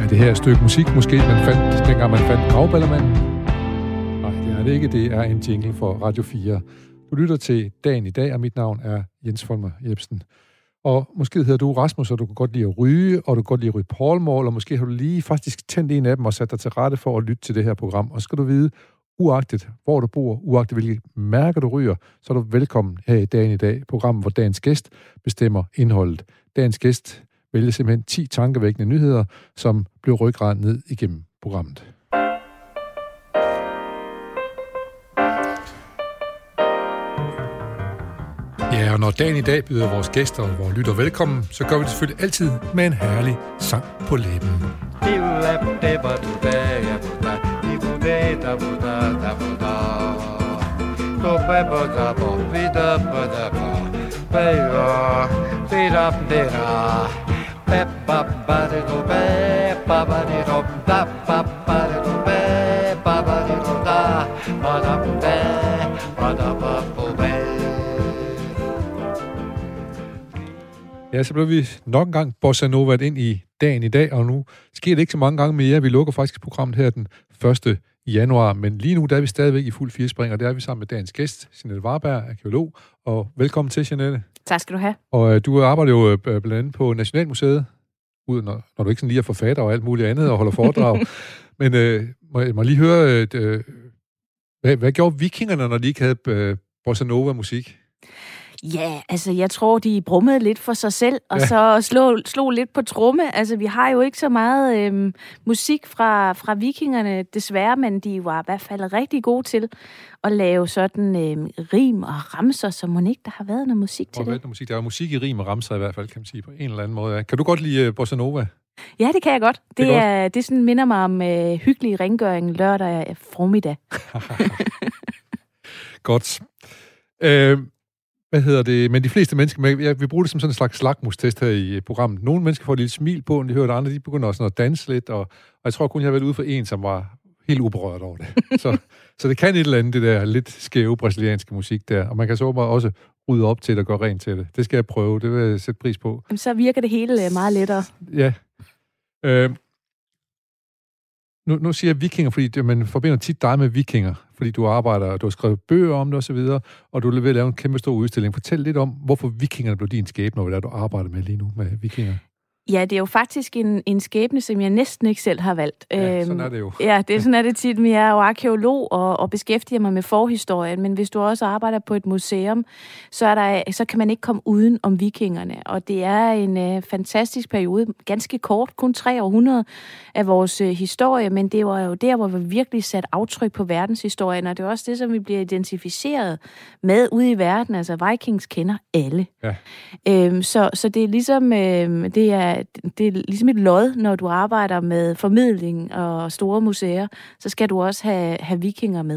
Er det her et stykke musik, måske dengang man fandt Grauballermanden? Nej, det er det ikke. Det er en jingle for Radio 4. Du lytter til Dagen i dag, og mit navn er Jens Folmer Jebsen. Og måske hedder du Rasmus, og du kan godt lide at ryge, og du kan godt lide at ryge Paul-mål, og måske har du lige faktisk tændt en af dem og sat dig til rette for at lytte til det her program. Og så skal du vide, uagtet hvor du bor, uagtet hvilke mærker du ryger, så er du velkommen her i Dagen i dag, programmet, hvor dagens gæst bestemmer indholdet. Dagens gæst vælger simpelthen 10 tankevækkende nyheder, som blev ryggraden ned igennem programmet. Ja, og når Dagen i dag byder vores gæster og vores lytter velkommen, så gør vi det selvfølgelig altid med en herlig sang på læben. Ja, så blev vi nok en gang bossa novaet ind i Dagen i dag, og nu sker det ikke så mange gange mere. Vi lukker faktisk programmet her den 1. januar, men lige nu der er vi stadigvæk i fuld firespring, og der er vi sammen med dagens gæst, Jeanette Varberg, arkeolog, og velkommen til, Jeanette. Tak skal du have. Og du arbejder jo blandt andet på Nationalmuseet, når du ikke sådan lige er forfatter og alt muligt andet og holder foredrag. Men må jeg lige høre, hvad gjorde vikingerne, når de ikke havde bossa nova-musik? Ja, altså jeg tror, de brummede lidt for sig selv, og så slog lidt på tromme. Altså vi har jo ikke så meget musik fra vikingerne, desværre, men de var i hvert fald rigtig gode til at lave sådan rim og ramser, som mon ikke der har været noget musik til det. Der er musik i rim og ramser i hvert fald, kan man sige, på en eller anden måde. Ja. Kan du godt lide bossa nova? Ja, det kan jeg godt. Det sådan minder mig om hyggelig rengøring lørdag formiddag. Godt. Men de fleste mennesker, vi bruger det som sådan en slags slagmustest her i programmet. Nogle mennesker får et lille smil på, når de hører det, andre de begynder også at danse lidt, og jeg tror kun, jeg har været ude for en, som var helt uberørt over det. Så det kan et eller andet, det der lidt skæve brasilianske musik der, og man kan så bare også rydde op til det og gøre rent til det. Det skal jeg prøve, det vil jeg sætte pris på. Jamen, så virker det hele meget lettere. Ja. Nu siger jeg vikinger, fordi man forbinder tit dig med vikinger, fordi du arbejder, og du har skrevet bøger om det osv., og du er ved at lave en kæmpe stor udstilling. Fortæl lidt om, hvorfor vikingerne blev din skæbne, og hvad du arbejder med lige nu med vikinger. Ja, det er jo faktisk en skæbne, som jeg næsten ikke selv har valgt. Ja, sådan er det jo. Ja, sådan er det tit. Men jeg er jo arkeolog og beskæftiger mig med forhistorien, men hvis du også arbejder på et museum, så kan man ikke komme uden om vikingerne. Og det er en fantastisk periode, ganske kort, kun 3 århundreder af vores historie, men det var jo der, hvor vi virkelig satte aftryk på verdenshistorien, og det er også det, som vi bliver identificeret med ude i verden. Altså, Vikings kender alle. Ja. Så det er ligesom det er ligesom et lod, når du arbejder med formidling og store museer, så skal du også have vikinger med.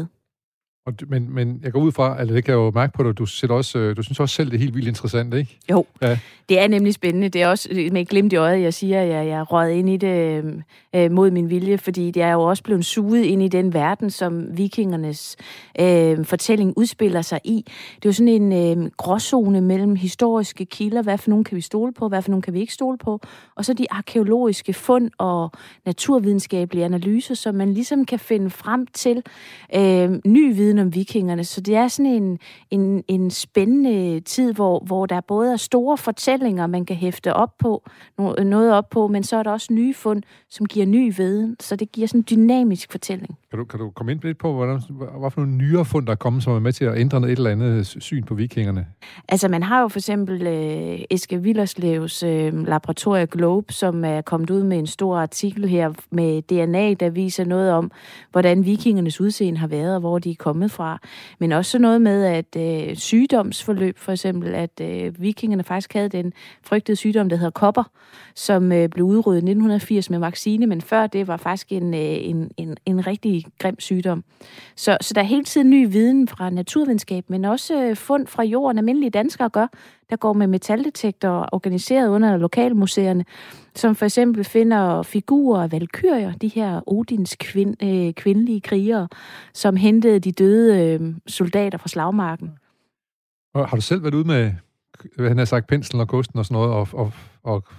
Men jeg går ud fra, eller det kan jeg jo mærke på dig, du synes også selv, det er helt vildt interessant, ikke? Jo, ja. Det er nemlig spændende. Det er også med et glimt i øjet, jeg siger, at jeg er røget ind i det mod min vilje, fordi det er jo også blevet suget ind i den verden, som vikingernes fortælling udspiller sig i. Det er jo sådan en gråzone mellem historiske kilder, hvad for nogen kan vi stole på, hvad for nogen kan vi ikke stole på, og så de arkeologiske fund og naturvidenskabelige analyser, som man ligesom kan finde frem til ny viden om vikingerne. Så det er sådan en spændende tid, hvor der både er store fortællinger, man kan hæfte noget op på, men så er der også nye fund, som giver ny viden. Så det giver sådan en dynamisk fortælling. Kan du komme ind lidt på, hvad for nogle nyere fund, der er kommet, som er med til at ændre et eller andet syn på vikingerne? Altså, man har jo for eksempel Eske Willerslevs Laboratorie Globe, som er kommet ud med en stor artikel her med DNA, der viser noget om, hvordan vikingernes udseende har været, og hvor de er kommet fra. Men også noget med, at sygdomsforløb, for eksempel, at vikingerne faktisk havde den frygtede sygdom, der hedder kopper, som blev udryddet i 1980 med vaccine, men før det var faktisk en rigtig grim sygdom. Så der er hele tiden ny viden fra naturvidenskab, men også fund fra jorden, almindelige danskere gør, der går med metaldetektorer organiseret under lokalmuseerne, som for eksempel finder figurer af valkyrier, de her Odins kvindelige krigere, som hentede de døde soldater fra slagmarken. Og har du selv været ude med, han har sagt, penslen og kosten og sådan noget, og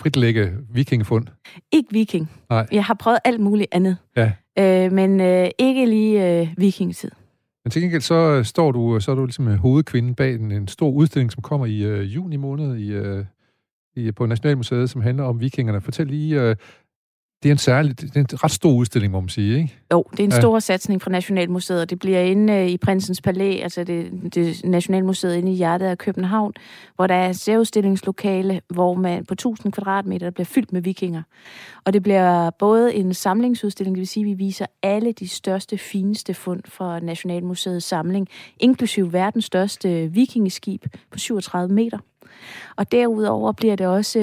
fritlægge vikingefund? Ikke viking. Nej. Jeg har prøvet alt muligt andet. Ja. Men ikke lige vikingetid. Men til gengæld så er du ligesom hovedkvinden bag en stor udstilling, som kommer i juni måned på Nationalmuseet, som handler om vikingerne. Fortæl lige, det er en ret stor udstilling, må man sige, ikke? Jo, det er en stor satsning fra Nationalmuseet, og det bliver inde i Prinsens Palæ, altså det Nationalmuseet inde i hjertet af København, hvor der er et særudstilingslokale, hvor man på 1000 kvadratmeter bliver fyldt med vikinger. Og det bliver både en samlingsudstilling, det vil sige, at vi viser alle de største, fineste fund fra Nationalmuseets samling, inklusive verdens største vikingeskib på 37 meter. Og derudover bliver det også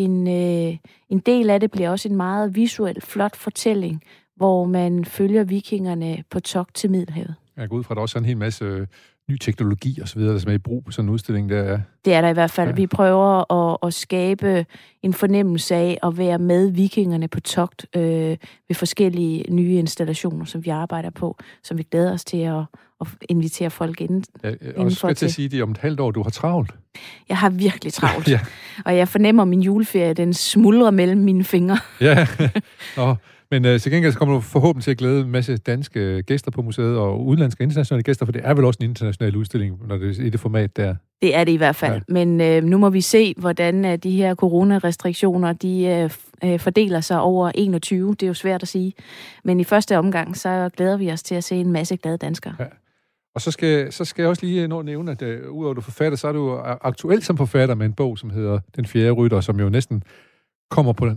en del af det bliver også en meget visuel, flot fortælling, hvor man følger vikingerne på togt til Middelhavet. Jeg går ud fra, at der også er en hel masse ny teknologi og så videre, som er i brug på sådan en udstilling der. Ja. Det er der i hvert fald. Ja. Vi prøver at skabe en fornemmelse af at være med vikingerne på togt ved forskellige nye installationer, som vi arbejder på, som vi glæder os til at invitere folk ind. Og så skal jeg til at sige, at det er om et halvt år, du har travlt. Jeg har virkelig travlt. Ja. Og jeg fornemmer min juleferie, den smuldrer mellem mine fingre. Ja, men til gengæld så kommer du forhåbentlig til at glæde en masse danske gæster på museet, og udenlandske og internationale gæster, for det er vel også en international udstilling, når det er i det format der. Det er det i hvert fald. Ja. Men nu må vi se, hvordan de her coronarestriktioner, de fordeler sig over 21. Det er jo svært at sige. Men i første omgang, så glæder vi os til at se en masse glade danskere. Ja. Og så skal jeg også lige nå at nævne, at udover at du er forfatter, så er du aktuelt som forfatter med en bog, som hedder Den fjerde rytter, som jo næsten kommer på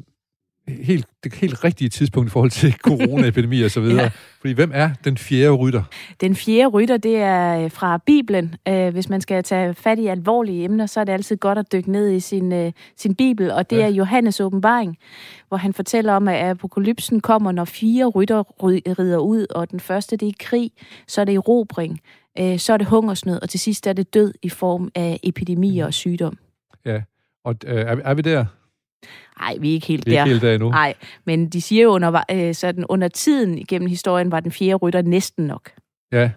det helt rigtige tidspunkt i forhold til coronaepidemi og så videre. Ja. Fordi hvem er den fjerde rytter? Den fjerde rytter, det er fra Bibelen. Hvis man skal tage fat i alvorlige emner, så er det altid godt at dykke ned i sin Bibel, og det er Johannes åbenbaring, hvor han fortæller om, at apokalypsen kommer, når 4 rytter rider ud, og den første, det er krig, så er det erobring, så er det hungersnød, og til sidst er det død i form af epidemier og sygdom. Ja, og er vi der? Nej, vi er ikke helt der. Ikke helt der endnu. Nej, men de siger jo under tiden igennem historien, var den fjerde rytter næsten nok. Ja,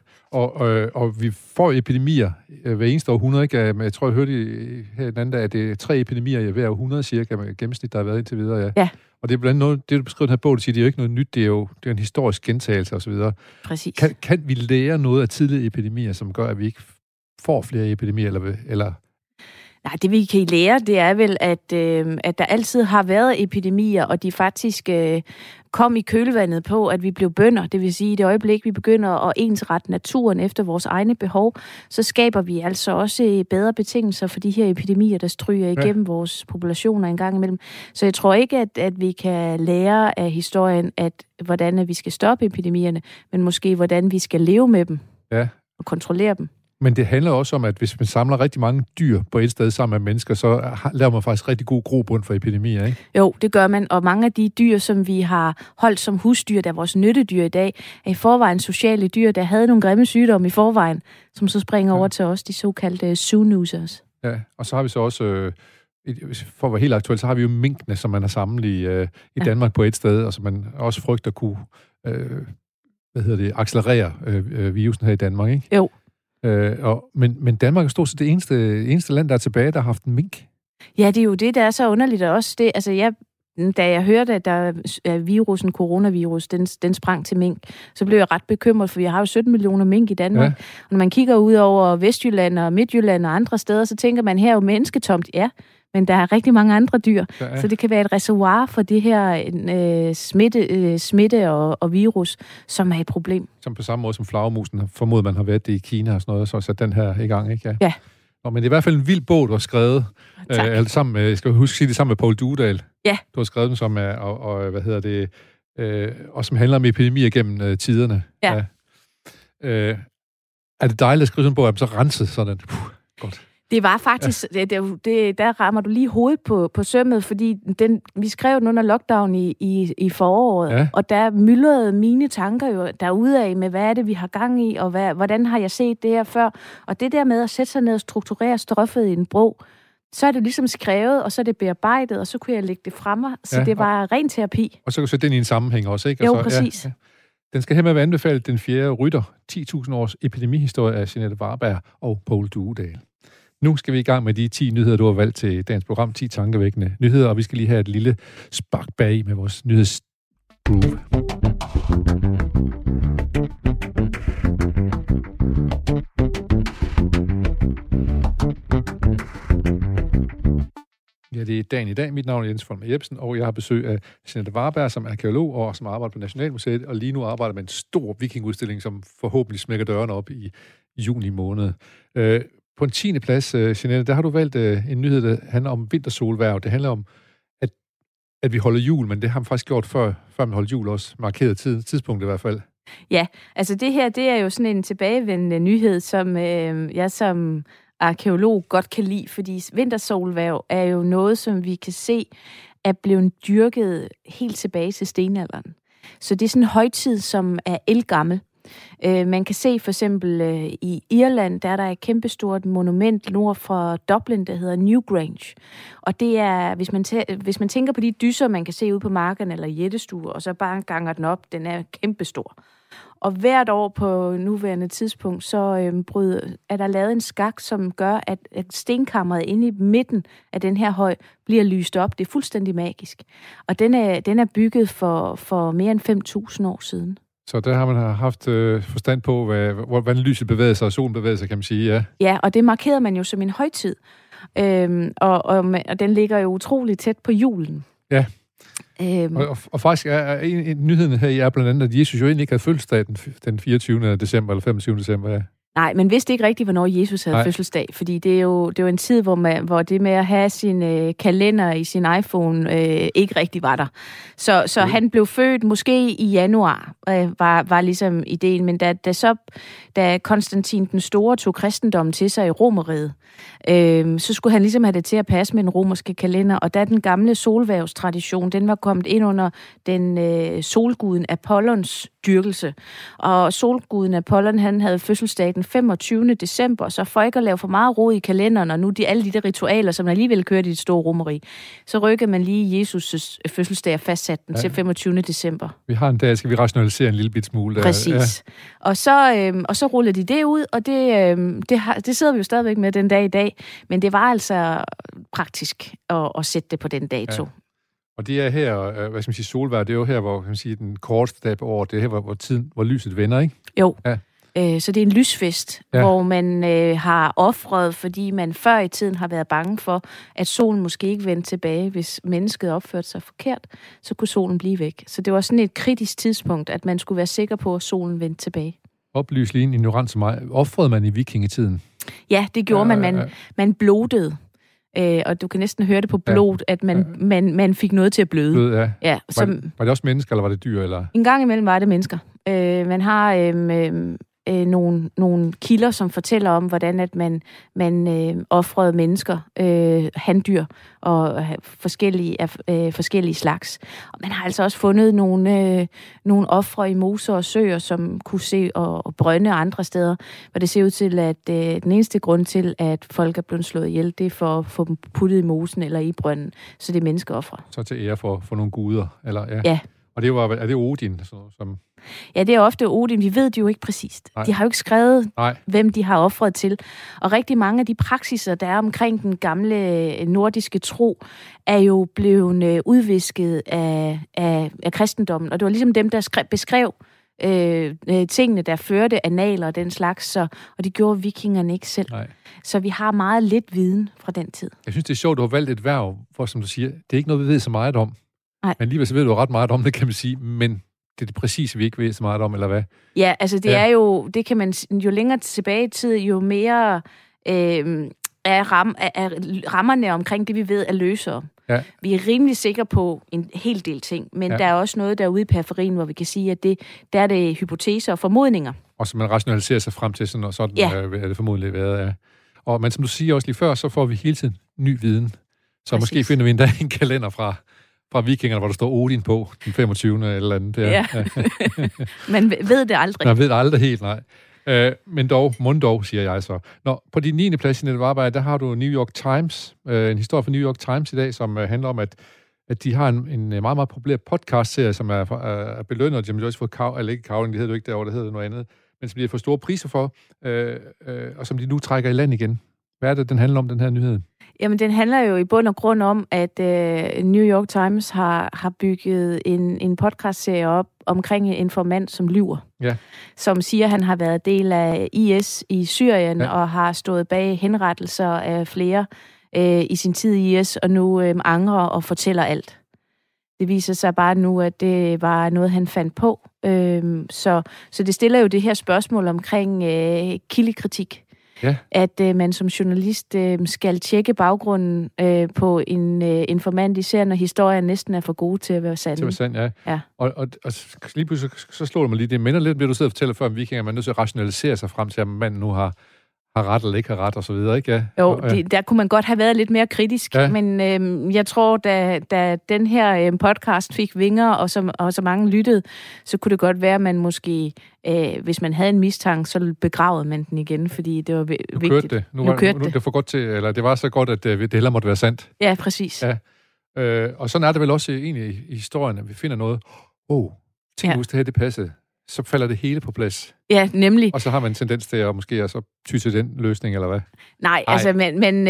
og vi får epidemier hver eneste århundrede, ikke? Jeg tror, jeg hørte her den anden dag, at det er 3 epidemier i hver århundrede cirka, med gennemsnit, der har været indtil videre. Ja. Og det er blandt andet noget, det du beskriver den her bog, du siger, det er jo ikke noget nyt, det er en historisk gentagelse osv. Præcis. Kan vi lære noget af tidlige epidemier, som gør, at vi ikke får flere epidemier, eller Nej, det vi kan lære, det er vel, at der altid har været epidemier, og de faktisk kom i kølvandet på, at vi blev bønder. Det vil sige, at i det øjeblik, vi begynder at ensrette naturen efter vores egne behov, så skaber vi altså også bedre betingelser for de her epidemier, der stryger igennem vores populationer en gang imellem. Så jeg tror ikke, at vi kan lære af historien, hvordan vi skal stoppe epidemierne, men måske hvordan vi skal leve med dem og kontrollere dem. Men det handler også om, at hvis man samler rigtig mange dyr på et sted sammen med mennesker, så laver man faktisk rigtig god grobund for epidemier, ikke? Jo, det gør man, og mange af de dyr, som vi har holdt som husdyr, der er vores nyttedyr i dag, er i forvejen sociale dyr, der havde nogle grimme sygdomme i forvejen, som så springer over til os, de såkaldte zoonoosers. Ja, og så har vi så også, for at være helt aktuelt, så har vi jo minkene, som man har samlet i Danmark på et sted, og som man også frygter kunne, accelerere virusen her i Danmark, ikke? Jo. Men Danmark er stort set det eneste land, der er tilbage, der har haft en mink. Ja, det er jo det, der er så underligt også. Det, altså da jeg hørte, at der er virusen, coronavirus, den sprang til mink, så blev jeg ret bekymret, for vi har jo 17 millioner mink i Danmark. Ja. Og når man kigger ud over Vestjylland og Midtjylland og andre steder, så tænker man, her er jo mennesketomt. Ja, men der er rigtig mange andre dyr. Så det kan være et reservoir for det her smitte og virus, som er et problem. Som på samme måde som flagermusen, formoder man har været det i Kina og sådan noget, så den her i gang, ikke? Ja. Nå, men det er i hvert fald en vild bog, du har skrevet. Sammen med, jeg skal huske at sige det, sammen med Poul Duedal. Ja. Du har skrevet den som og som handler om epidemier gennem tiderne. Ja. Er det dejligt at skrive sådan en bog, at så renset sådan? Godt. Det var faktisk, der rammer du lige hovedet på sømmet, fordi vi skrev den under lockdown i foråret, og der myldrede mine tanker jo derudaf med, hvad er det, vi har gang i, og hvordan har jeg set det her før. Og det der med at sætte sig ned og strukturere stoffet i en bog, så er det ligesom skrevet, og så er det bearbejdet, og så kunne jeg lægge det fremme, så det var ren terapi. Og så kan du sætte den i en sammenhæng også, ikke? Jo, præcis. Ja. Den skal hermed være anbefalet, Den fjerde rytter, 10.000 års epidemihistorie af Jeanette Varberg og Poul Duedal. Nu skal vi i gang med de 10 nyheder, du har valgt til dagens program. 10 tankevækkende nyheder, og vi skal lige have et lille spark bag med vores nyhedsgroove. Ja, det er dagen i dag. Mit navn er Jens Folmer Jebsen, og jeg har besøg af Jeanette Varberg, som er arkeolog og som arbejder på Nationalmuseet, og lige nu arbejder med en stor vikingudstilling, som forhåbentlig smækker dørene op i juni måned. På en 10. plads, Jeanette, der har du valgt en nyhed, der handler om vintersolhverv. Det handler om, at vi holder jul, men det har man faktisk gjort før man holdt jul også. Markeret tidspunkt i hvert fald. Ja, altså det her, det er jo sådan en tilbagevendende nyhed, som jeg som arkeolog godt kan lide, fordi vintersolhverv er jo noget, som vi kan se er blevet dyrket helt tilbage til stenalderen. Så det er sådan en højtid, som er ældgammel. Man kan se for eksempel i Irland, der er der et kæmpestort monument nord for Dublin, der hedder Newgrange. Og det er, hvis man tænker på de dyser, man kan se ude på markerne eller jættestuer, og så bare ganger den op, den er kæmpestor. Og hvert år på nuværende tidspunkt, så er der lavet en skak, som gør, at stenkammeret inde i midten af den her høj bliver lyst op. Det er fuldstændig magisk. Og den er bygget for mere end 5.000 år siden. Så der har man haft forstand på, hvordan lyset bevæger sig, og solen bevæger sig, kan man sige, ja. Ja, og det markerede man jo som en højtid. Og den ligger jo utroligt tæt på julen. Ja. Og faktisk er en nyheden her er blandt andet, at Jesus jo egentlig ikke havde fødselsdag den 24. december eller 25. december. Ja. Nej, men vidste ikke rigtigt, hvornår Jesus havde fødselsdag, fordi det er jo en tid, hvor det med at have sin kalender i sin iPhone ikke rigtig var der. Så han blev født måske i januar, var ligesom ideen, men da Konstantin den Store tog kristendommen til sig i Romerriget, så skulle han ligesom have det til at passe med den romerske kalender, og da den gamle solhvervstradition, den var kommet ind under den solguden Apollons dyrkelse, og solguden Apollon, han havde fødselsdag den 25. december, så for ikke at lave for meget rod i kalenderen, og nu alle de der ritualer, som alligevel kørte i det store romeri, så rykkede man lige Jesus' fødselsdag og fastsatte den til 25. december. Vi har en dag, skal vi rationalisere en lille bit smule. Der. Præcis. Ja. Og så rullede de det ud, og det sidder vi jo stadigvæk med den dag i dag, men det var altså praktisk at sætte det på den dato. Ja. Og det er her, hvad skal man sige, solvejr, det er jo her, hvor kan man sige, den korteste dag på året, det er her, hvor lyset vender, ikke? Jo. Ja. Så det er en lysfest, hvor man har ofret, fordi man før i tiden har været bange for, at solen måske ikke vendte tilbage. Hvis mennesket opførte sig forkert, så kunne solen blive væk. Så det var sådan et kritisk tidspunkt, at man skulle være sikker på, at solen vendte tilbage. Oplys lige en ignorant som mig. Ofrede man i vikingetiden? Ja, det gjorde man. Man blodede. Og du kan næsten høre det på blod, at man fik noget til at bløde. Blød, ja. Var det også mennesker, eller var det dyr? Eller? En gang imellem var det mennesker. Man har nogle kilder, som fortæller om, hvordan at man ofrede mennesker, handyr og forskellige slags. Og man har altså også fundet nogle ofre i moser og søer, som kunne se og brønde andre steder, hvor det ser ud til, at den eneste grund til, at folk er blevet slået ihjel, det er for at få dem puttet i mosen eller i brønden. Så det er menneskeofre. Så til ære for nogle guder? Eller, ja. Og er det Odin? Som... Ja, det er ofte Odin. Vi ved det jo ikke præcist. Nej. De har jo ikke skrevet, hvem de har ofret til. Og rigtig mange af de praksiser, der er omkring den gamle nordiske tro, er jo blevet udvisket af kristendommen. Og det var ligesom dem, der beskrev tingene, der førte analer og den slags, og det gjorde vikingerne ikke selv. Nej. Så vi har meget lidt viden fra den tid. Jeg synes, det er sjovt, du har valgt et værv, hvor, som du siger, det er ikke noget, vi ved så meget om. Nej. Men alligevel så ved du ret meget om det, kan man sige, men det er det præcis, vi ikke ved så meget om, eller hvad? Ja, altså det er jo, det kan man, jo længere tilbage i tid, jo mere er rammerne omkring det, vi ved, er løsere. Ja. Vi er rimelig sikre på en hel del ting, men der er også noget derude i periferien, hvor vi kan sige, at der er det hypoteser og formodninger. Og så man rationaliserer sig frem til sådan, og sådan er det formodentlig været, ja. Men som du siger også lige før, så får vi hele tiden ny viden. Så præcis. Måske finder vi endda en kalender fra vikingerne, hvor der står Odin på, den 25. eller andet. Der. Ja. Man ved det aldrig. Man ved det aldrig helt, nej. Men dog, siger jeg så. På din 9. plads i Jeanette Varberg, der har du New York Times. En historie fra New York Times i dag, som handler om, at de har en meget, meget populær podcast-serie, som er belønnet Jim Joyce for eller ikke Cowling, det hedder du ikke derovre, det hedder noget andet, men som de har fået store priser for, og som de nu trækker i land igen. Hvad er det, den handler om, den her nyhed? Jamen, den handler jo i bund og grund om, at New York Times har bygget en podcastserie op omkring en informant, som lyver. Ja. Som siger, at han har været del af IS i Syrien, og har stået bag henrettelser af flere i sin tid i IS, og nu angrer og fortæller alt. Det viser sig bare nu, at det var noget, han fandt på. Så det stiller jo det her spørgsmål omkring kildekritik. Ja. At man som journalist skal tjekke baggrunden på en informant, især når historien næsten er for god til at være sand. Til at være sand, ja. Og lige pludselig så slår det mig lige, det minder lidt om det, du sidder og fortæller før om vikinger, man er nødt til at rationalisere sig frem til, at manden nu har ret eller ikke har ret, og så videre, ikke? Ja. Jo, der kunne man godt have været lidt mere kritisk, men jeg tror, da den her podcast fik vinger, og så mange lyttede, så kunne det godt være, at man måske, hvis man havde en mistanke, så begravede man den igen, fordi det var vigtigt. Nu kørte det. Nu det for godt til, eller det var så godt, at det heller måtte være sandt. Ja, præcis. Ja. Og sådan er det vel også egentlig i historien, at vi finder noget. Tænk nu, det her det passede. Så falder det hele på plads. Ja, nemlig. Og så har man en tendens til at måske så ty til den løsning, eller hvad? Nej. Altså, men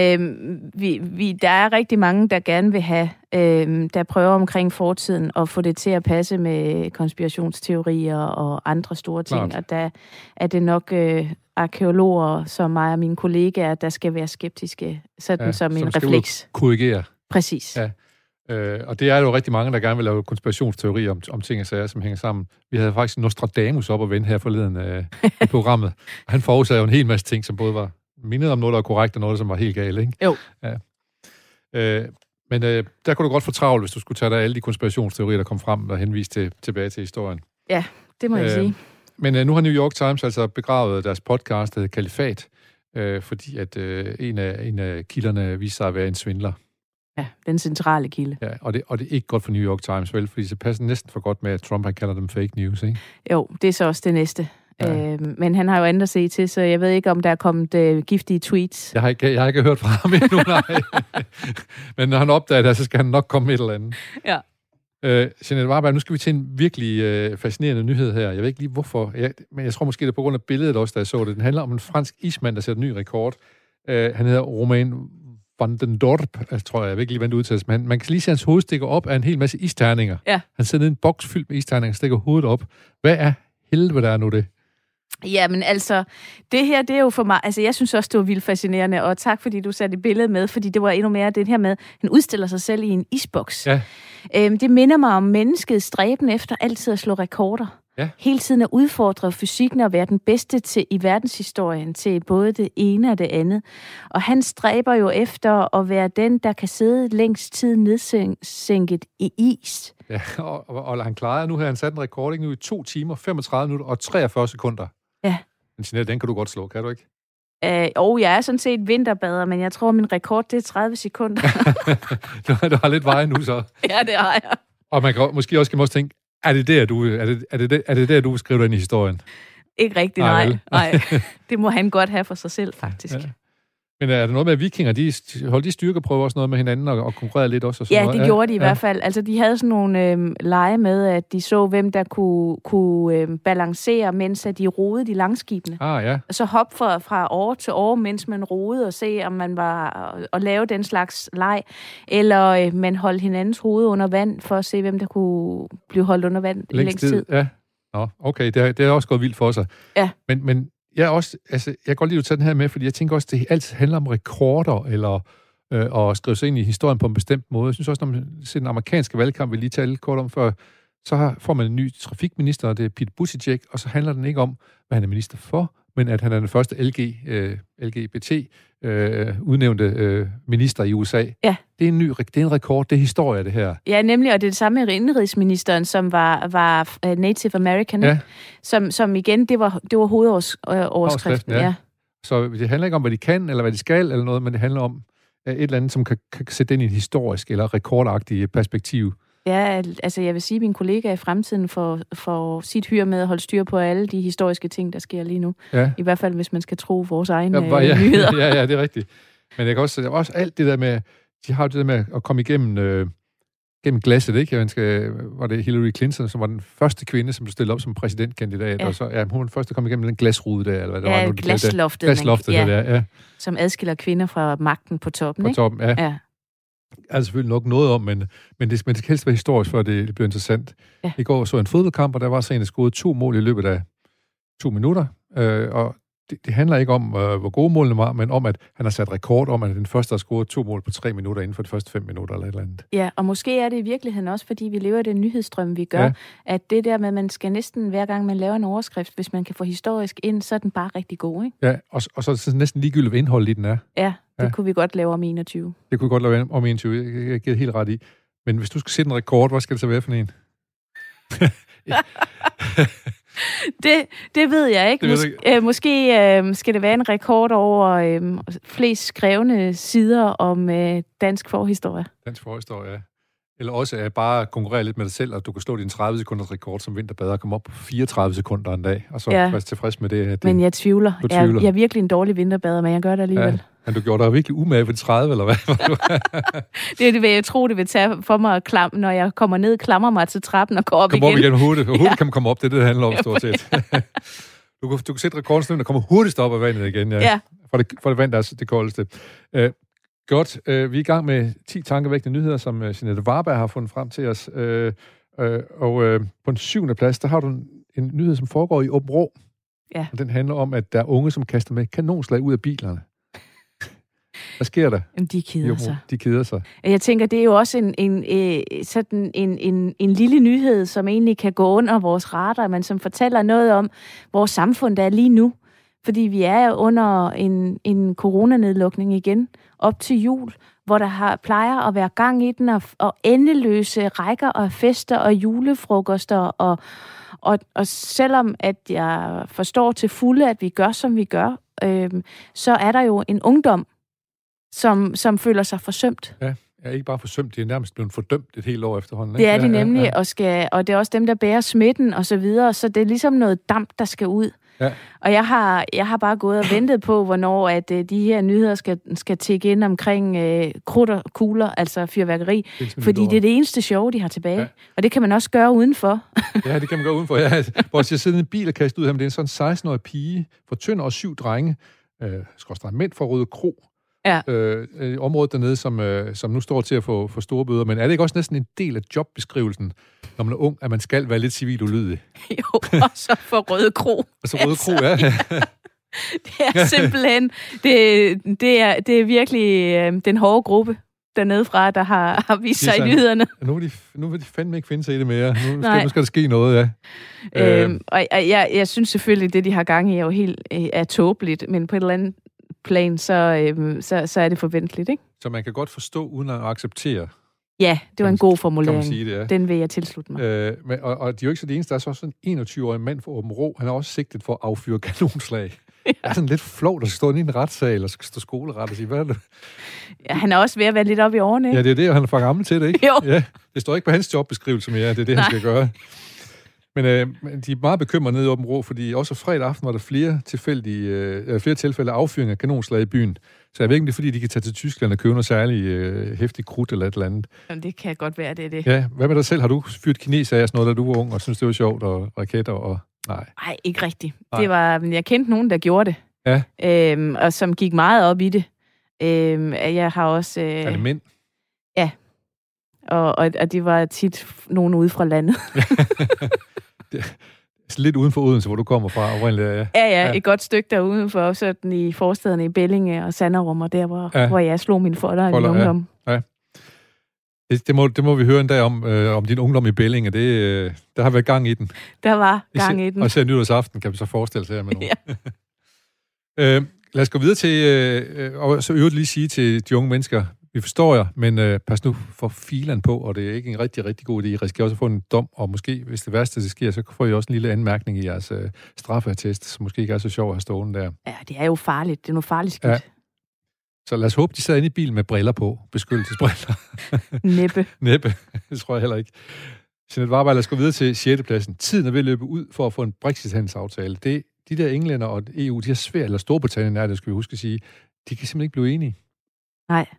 der er rigtig mange, der gerne vil have, der prøver omkring fortiden at få det til at passe med konspirationsteorier og andre store ting. Klart. Og der er det nok arkæologer, som mig og mine kollegaer, der skal være skeptiske, sådan som en refleks. Korrigere. Præcis. Ja. Og det er jo rigtig mange, der gerne vil lave konspirationsteorier om ting og sager, som hænger sammen. Vi havde faktisk Nostradamus op at vende her forleden i programmet. Og han forudsagde jo en hel masse ting, som både var mindet om noget, der var korrekt, og noget, som var helt galt, ikke? Jo. Ja. Men der kunne du godt få travlt, hvis du skulle tage dig alle de konspirationsteorier, der kom frem og henvise tilbage til historien. Ja, det må jeg sige. Men nu har New York Times altså begravet deres podcast, der hedder Kalifat, fordi at en af kilderne viser sig at være en svindler. Ja, den centrale kilde. Ja, og det er ikke godt for New York Times, vel? Fordi det passer næsten for godt med, at Trump han kalder dem fake news, ikke? Jo, det er så også det næste. Ja. Men han har jo andet at se til, så jeg ved ikke, om der er kommet giftige tweets. Jeg har ikke hørt fra ham endnu, nej. Men når han opdager det, så skal han nok komme med et eller andet. Ja. Jeanette Varberg, nu skal vi til en virkelig fascinerende nyhed her. Jeg ved ikke lige, hvorfor. Men jeg tror måske, det er på grund af billedet også, da jeg så det. Den handler om en fransk ismand, der sætter ny rekord. Han hedder Romain Van den Dorp, tror jeg ved ikke lige, hvordan det udtales, men man kan lige se hans hoved stikker op af en hel masse isterninger. Ja. Han sidder nede i en boks fyldt med isterninger, stikker hovedet op. Hvad er helvede, der er nu det? Jamen altså, det her, det er jo for mig, altså jeg synes også, det var vildt fascinerende, og tak fordi du satte et billede med, fordi det var endnu mere det her med, han udstiller sig selv i en isboks. Ja. Det minder mig om menneskets stræben efter altid at slå rekorder. Ja. Hele tiden at udfordre fysikken og være den bedste i verdenshistorien til både det ene og det andet. Og han stræber jo efter at være den, der kan sidde længst tid nedsænket i is. Ja, og han klarede nu, har han sat en rekord nu i 2 timer, 35 minutter og 43 sekunder. Ja. Men Jeanette, den kan du godt slå, kan du ikke? Jeg er sådan set vinterbader, men jeg tror, min rekord, det er 30 sekunder. Du har lidt veje nu, så. Ja, det har jeg. Og man kan måske også tænke, er det der, du skriver ind i historien? Ikke rigtigt, nej. Det må han godt have for sig selv, faktisk. Ja. Men er der noget med, at vikinger, holdt de styrkeprøver også noget med hinanden og konkurrerede lidt også? Og sådan noget? Det gjorde de i hvert fald. Altså, de havde sådan nogle lege med, at de så, hvem der kunne balancere, mens at de rodede de langskibene. Og så hoppe fra år til år, mens man rodede, og se, om man var og lave den slags leg. Eller man holdt hinandens hoved under vand, for at se, hvem der kunne blive holdt under vand længst tid. Ja. Nå, okay. Det er også gået vildt for sig. Ja. Men jeg kan godt lide at tage den her med, fordi jeg tænker også, at det altid handler om rekorder, eller at skrive sig ind i historien på en bestemt måde. Jeg synes også, når man ser den amerikanske valgkamp, vi lige talte kort om før, så får man en ny trafikminister, og det er Pete Buttigieg, og så handler den ikke om, hvad han er minister for, men at han er den første LGBT udnævnte minister i USA. Ja. Det er en rekord, det er historie, det her. Ja, nemlig, og det er det samme med indrigsministeren, som var Native American, ja. Som igen, det var hovedoverskriften. Ja. Så det handler ikke om, hvad de kan, eller hvad de skal, eller noget, men det handler om et eller andet, som kan sætte ind i et historisk eller rekordagtigt perspektiv. Ja, altså jeg vil sige, at mine kollegaer i fremtiden får sit hyre med at holde styr på alle de historiske ting, der sker lige nu. Ja. I hvert fald, hvis man skal tro vores egne nyheder. Ja, det er rigtigt. Men jeg kan også alt det der med, de har det der med at komme igennem gennem glasset, ikke? Var det Hillary Clinton, som var den første kvinde, som blev stillet op som præsidentkandidat, og så hun var den første, der kom igennem den glasrude der, eller hvad det var nu, glasloftet. Glasloftet, ja. Som adskiller kvinder fra magten på toppen, på ikke? Toppen, ja. Der er selvfølgelig nok noget om, men det skal helst være historisk, for det bliver interessant. Ja. I går så en fodboldkamp, og der var så en, der scorede 2 mål i løbet af 2 minutter, og det handler ikke om, hvor gode målene var, men om, at han har sat rekord om, at den første har scoret 2 mål på 3 minutter inden for de første 5 minutter eller et eller andet. Ja, og måske er det i virkeligheden også, fordi vi lever i den nyhedsstrøm, vi gør, at det der med, at man skal næsten hver gang, man laver en overskrift, hvis man kan få historisk ind, så er den bare rigtig god, ikke? Ja, og så er det næsten ligegyldigt, hvad indholdet i den er. Ja, det kunne vi godt lave om 21. Det kunne vi godt lave om 21, jeg giver helt ret i. Men hvis du skal sætte en rekord, hvad skal det så være for en? Det ved jeg ikke. Måske skal det være en rekord over flest skrevne sider om dansk forhistorie. Dansk forhistorie, ja. Eller også at bare konkurrere lidt med dig selv, og du kan slå din 30 sekunders rekord som vinterbader og komme op på 34 sekunder en dag, og så være tilfreds med det. Men jeg tvivler. Jeg er virkelig en dårlig vinterbader, men jeg gør det alligevel. Ja. Men du gjorde dig virkelig umage ved 30, eller hvad? det vil jeg tro, det vil tage for mig, når jeg kommer ned, klamrer mig til trappen og går op igen. Kom op igen hurtigt. Hurtigt kan man komme op. Det er det handler om, stort set. Du kan sætte rekorden, og komme hurtigst op af vandet igen. Ja. For det vand, der er det koldeste. Godt. Vi er i gang med 10 tankevækkende nyheder, som Jeanette Varberg har fundet frem til os. Og på den 7. plads, der har du en nyhed, som foregår i Aabenraa. Ja. Og den handler om, at der er unge, som kaster med kanonslag ud af bilerne. Hvad sker der? Jamen, de keder sig. De keder sig. Jeg tænker, det er jo også en lille nyhed, som egentlig kan gå under vores radar, men som fortæller noget om vores samfund, der er lige nu. Fordi vi er under en coronanedlukning igen, op til jul, hvor der plejer at være gang i den, og endeløse rækker og fester og julefrokoster, og selvom at jeg forstår til fulde, at vi gør, som vi gør, så er der jo en ungdom, som føler sig forsømt. Ja, ikke bare forsømt, de er nærmest blevet fordømt et helt år efterhånden. Ikke? Det er de nemlig, og det er også dem, der bærer smitten og så videre, så det er ligesom noget damp, der skal ud. Ja. Og jeg har bare gået og ventet på, hvornår at de her nyheder skal tikke ind omkring krudt og kugler, altså fyrværkeri, fordi det er det eneste show, de har tilbage. Ja. Og det kan man også gøre udenfor. Ja, det kan man gøre udenfor. Ja. Hvor jeg sidder i en bil og kaster ud af ham, det er en sådan 16-årig pige fra Tønder og 7 drenge, mænd fra Røde Kro, området dernede, som nu står til at få store bøder. Men er det ikke også næsten en del af jobbeskrivelsen, når man er ung, at man skal være lidt civil ulydig? Jo, og så for Røde Kro. Og så Røde Kro, ja. Det er simpelthen, det er virkelig den hårde gruppe dernede fra, der har vist sig i nyhederne. Nu vil de fandme ikke finde sig i det mere. Nu skal der ske noget, ja. Og jeg synes selvfølgelig, det de har gang i er jo helt tåbeligt, men på et eller andet plan, så er det forventeligt, ikke? Så man kan godt forstå, uden at acceptere. Ja, det var en god formulering. Sige det, ja. Den vil jeg tilslutte mig. Og de er jo ikke så det eneste. Der er så sådan en 21-årig mand fra Aabenraa. Han er også sigtet for at affyre kanonslag. Ja. Det er sådan lidt flot, at stå inde i en retssal og skal stå skoleret og sige, hvad er det? Ja, han er også ved at være lidt oppe i årene, ikke? Ja, det er det, og han er for gammel til det, ikke? Jo. Ja, det står ikke på hans jobbeskrivelse mere, det er det, han skal gøre. Men de er meget bekymrede nede i Aabenraa, fordi også fredag aften var der flere tilfælde af affyring af kanonslag i byen. Så jeg ved ikke, det er, fordi de kan tage til Tyskland og købe noget særligt hæftigt krudt eller et eller andet. Jamen, det kan godt være, det er det. Ja, hvad med dig selv? Har du fyret kineser af sådan noget, da du var ung, og synes det var sjovt, og raketter og... Nej, ikke rigtigt. Nej. Jeg kendte nogen, der gjorde det. Ja. Og som gik meget op i det. Jeg har også... Er det mænd? Ja. Og det var tit nogen ude fra landet. Lidt uden for Odense, hvor du kommer fra oprindeligt. Ja, et godt stykke derude for sådan i forstederne i Bellinge og Sanderum, og der, hvor jeg slog mine folder i min ungdom. Ja. Det må vi høre en dag om din ungdom i Bellinge. Der har været gang i den. Der var gang i den. Og især nytårsaften kan vi så forestille sig med nogen. Ja. Lad os gå videre til, og så øvrigt lige sige til de unge mennesker, vi forstår jer, men pas nu for filen på, og det er ikke en rigtig, rigtig god idé. I risikerer også at få en dom, og måske, hvis det værste det sker, så får I også en lille anmærkning i jeres straffeattest, som måske ikke er så sjov at have stående der. Ja, det er jo farligt. Det er noget farligt skidt. Ja. Så lad os håbe, de sidder inde i bilen med briller på. Beskyttelsesbriller. Næppe. Det tror jeg heller ikke. Jeanette Varberg, lad os gå videre til 6. pladsen. Tiden er ved at løbe ud for at få en Brexit-handelsaftale. De der englænder og EU, de har svært, eller Storbritannien er det, skal vi huske at sige, de kan simpelthen ikke blive enige. Nej.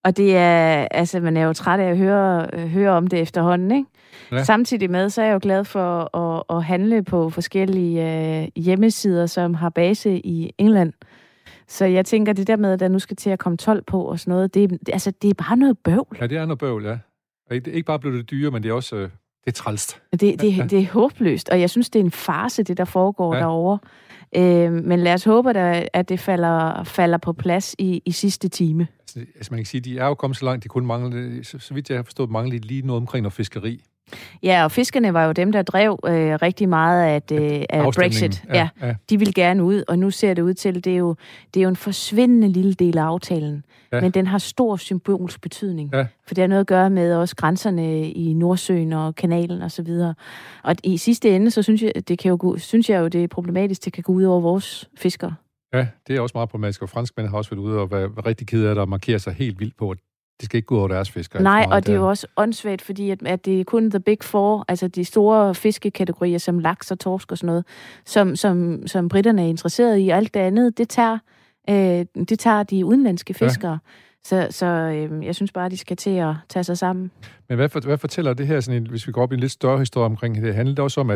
Og det er, altså man er jo træt af at høre om det efterhånden, ikke? Ja. Samtidig med, så er jeg jo glad for at handle på forskellige hjemmesider, som har base i England. Så jeg tænker, det der med, at der nu skal til at komme 12 på og sådan noget, det er bare noget bøvl. Ja, det er noget bøvl, ja. Og ikke bare blevet det dyre, men det er også det er trælst. Det er håbløst, og jeg synes, det er en farce, det der foregår derovre. Men lad os håbe, at det falder på plads i sidste time. Altså man kan sige, de er jo kommet så langt, de kun mangler, så vidt jeg har forstået, mangler lige noget omkring noget fiskeri. Ja, og fiskerne var jo dem, der drev rigtig meget af Brexit. Ja. De ville gerne ud, og nu ser det ud til, det er jo en forsvindende lille del af aftalen. Ja. Men den har stor symbolsk betydning. Ja. For det har noget at gøre med også grænserne i Nordsøen og kanalen og så videre. Og i sidste ende, så synes jeg jo, det er problematisk, det kan gå ud over vores fiskere. Ja, det er også meget problematisk, og franskmænd har også været ude og være rigtig kede af det og markere sig helt vildt på, at det skal ikke gå over deres fiskere. Nej, og det er jo også åndssvagt, fordi at det er kun the big four, altså de store fiskekategorier som laks og torsk og sådan noget, som britterne er interesseret i. Alt det andet, det tager de udenlandske fiskere. Ja. Så jeg synes bare, de skal til at tage sig sammen. Men hvad fortæller det her, sådan hvis vi går op i en lidt større historie omkring det? Handler det også om,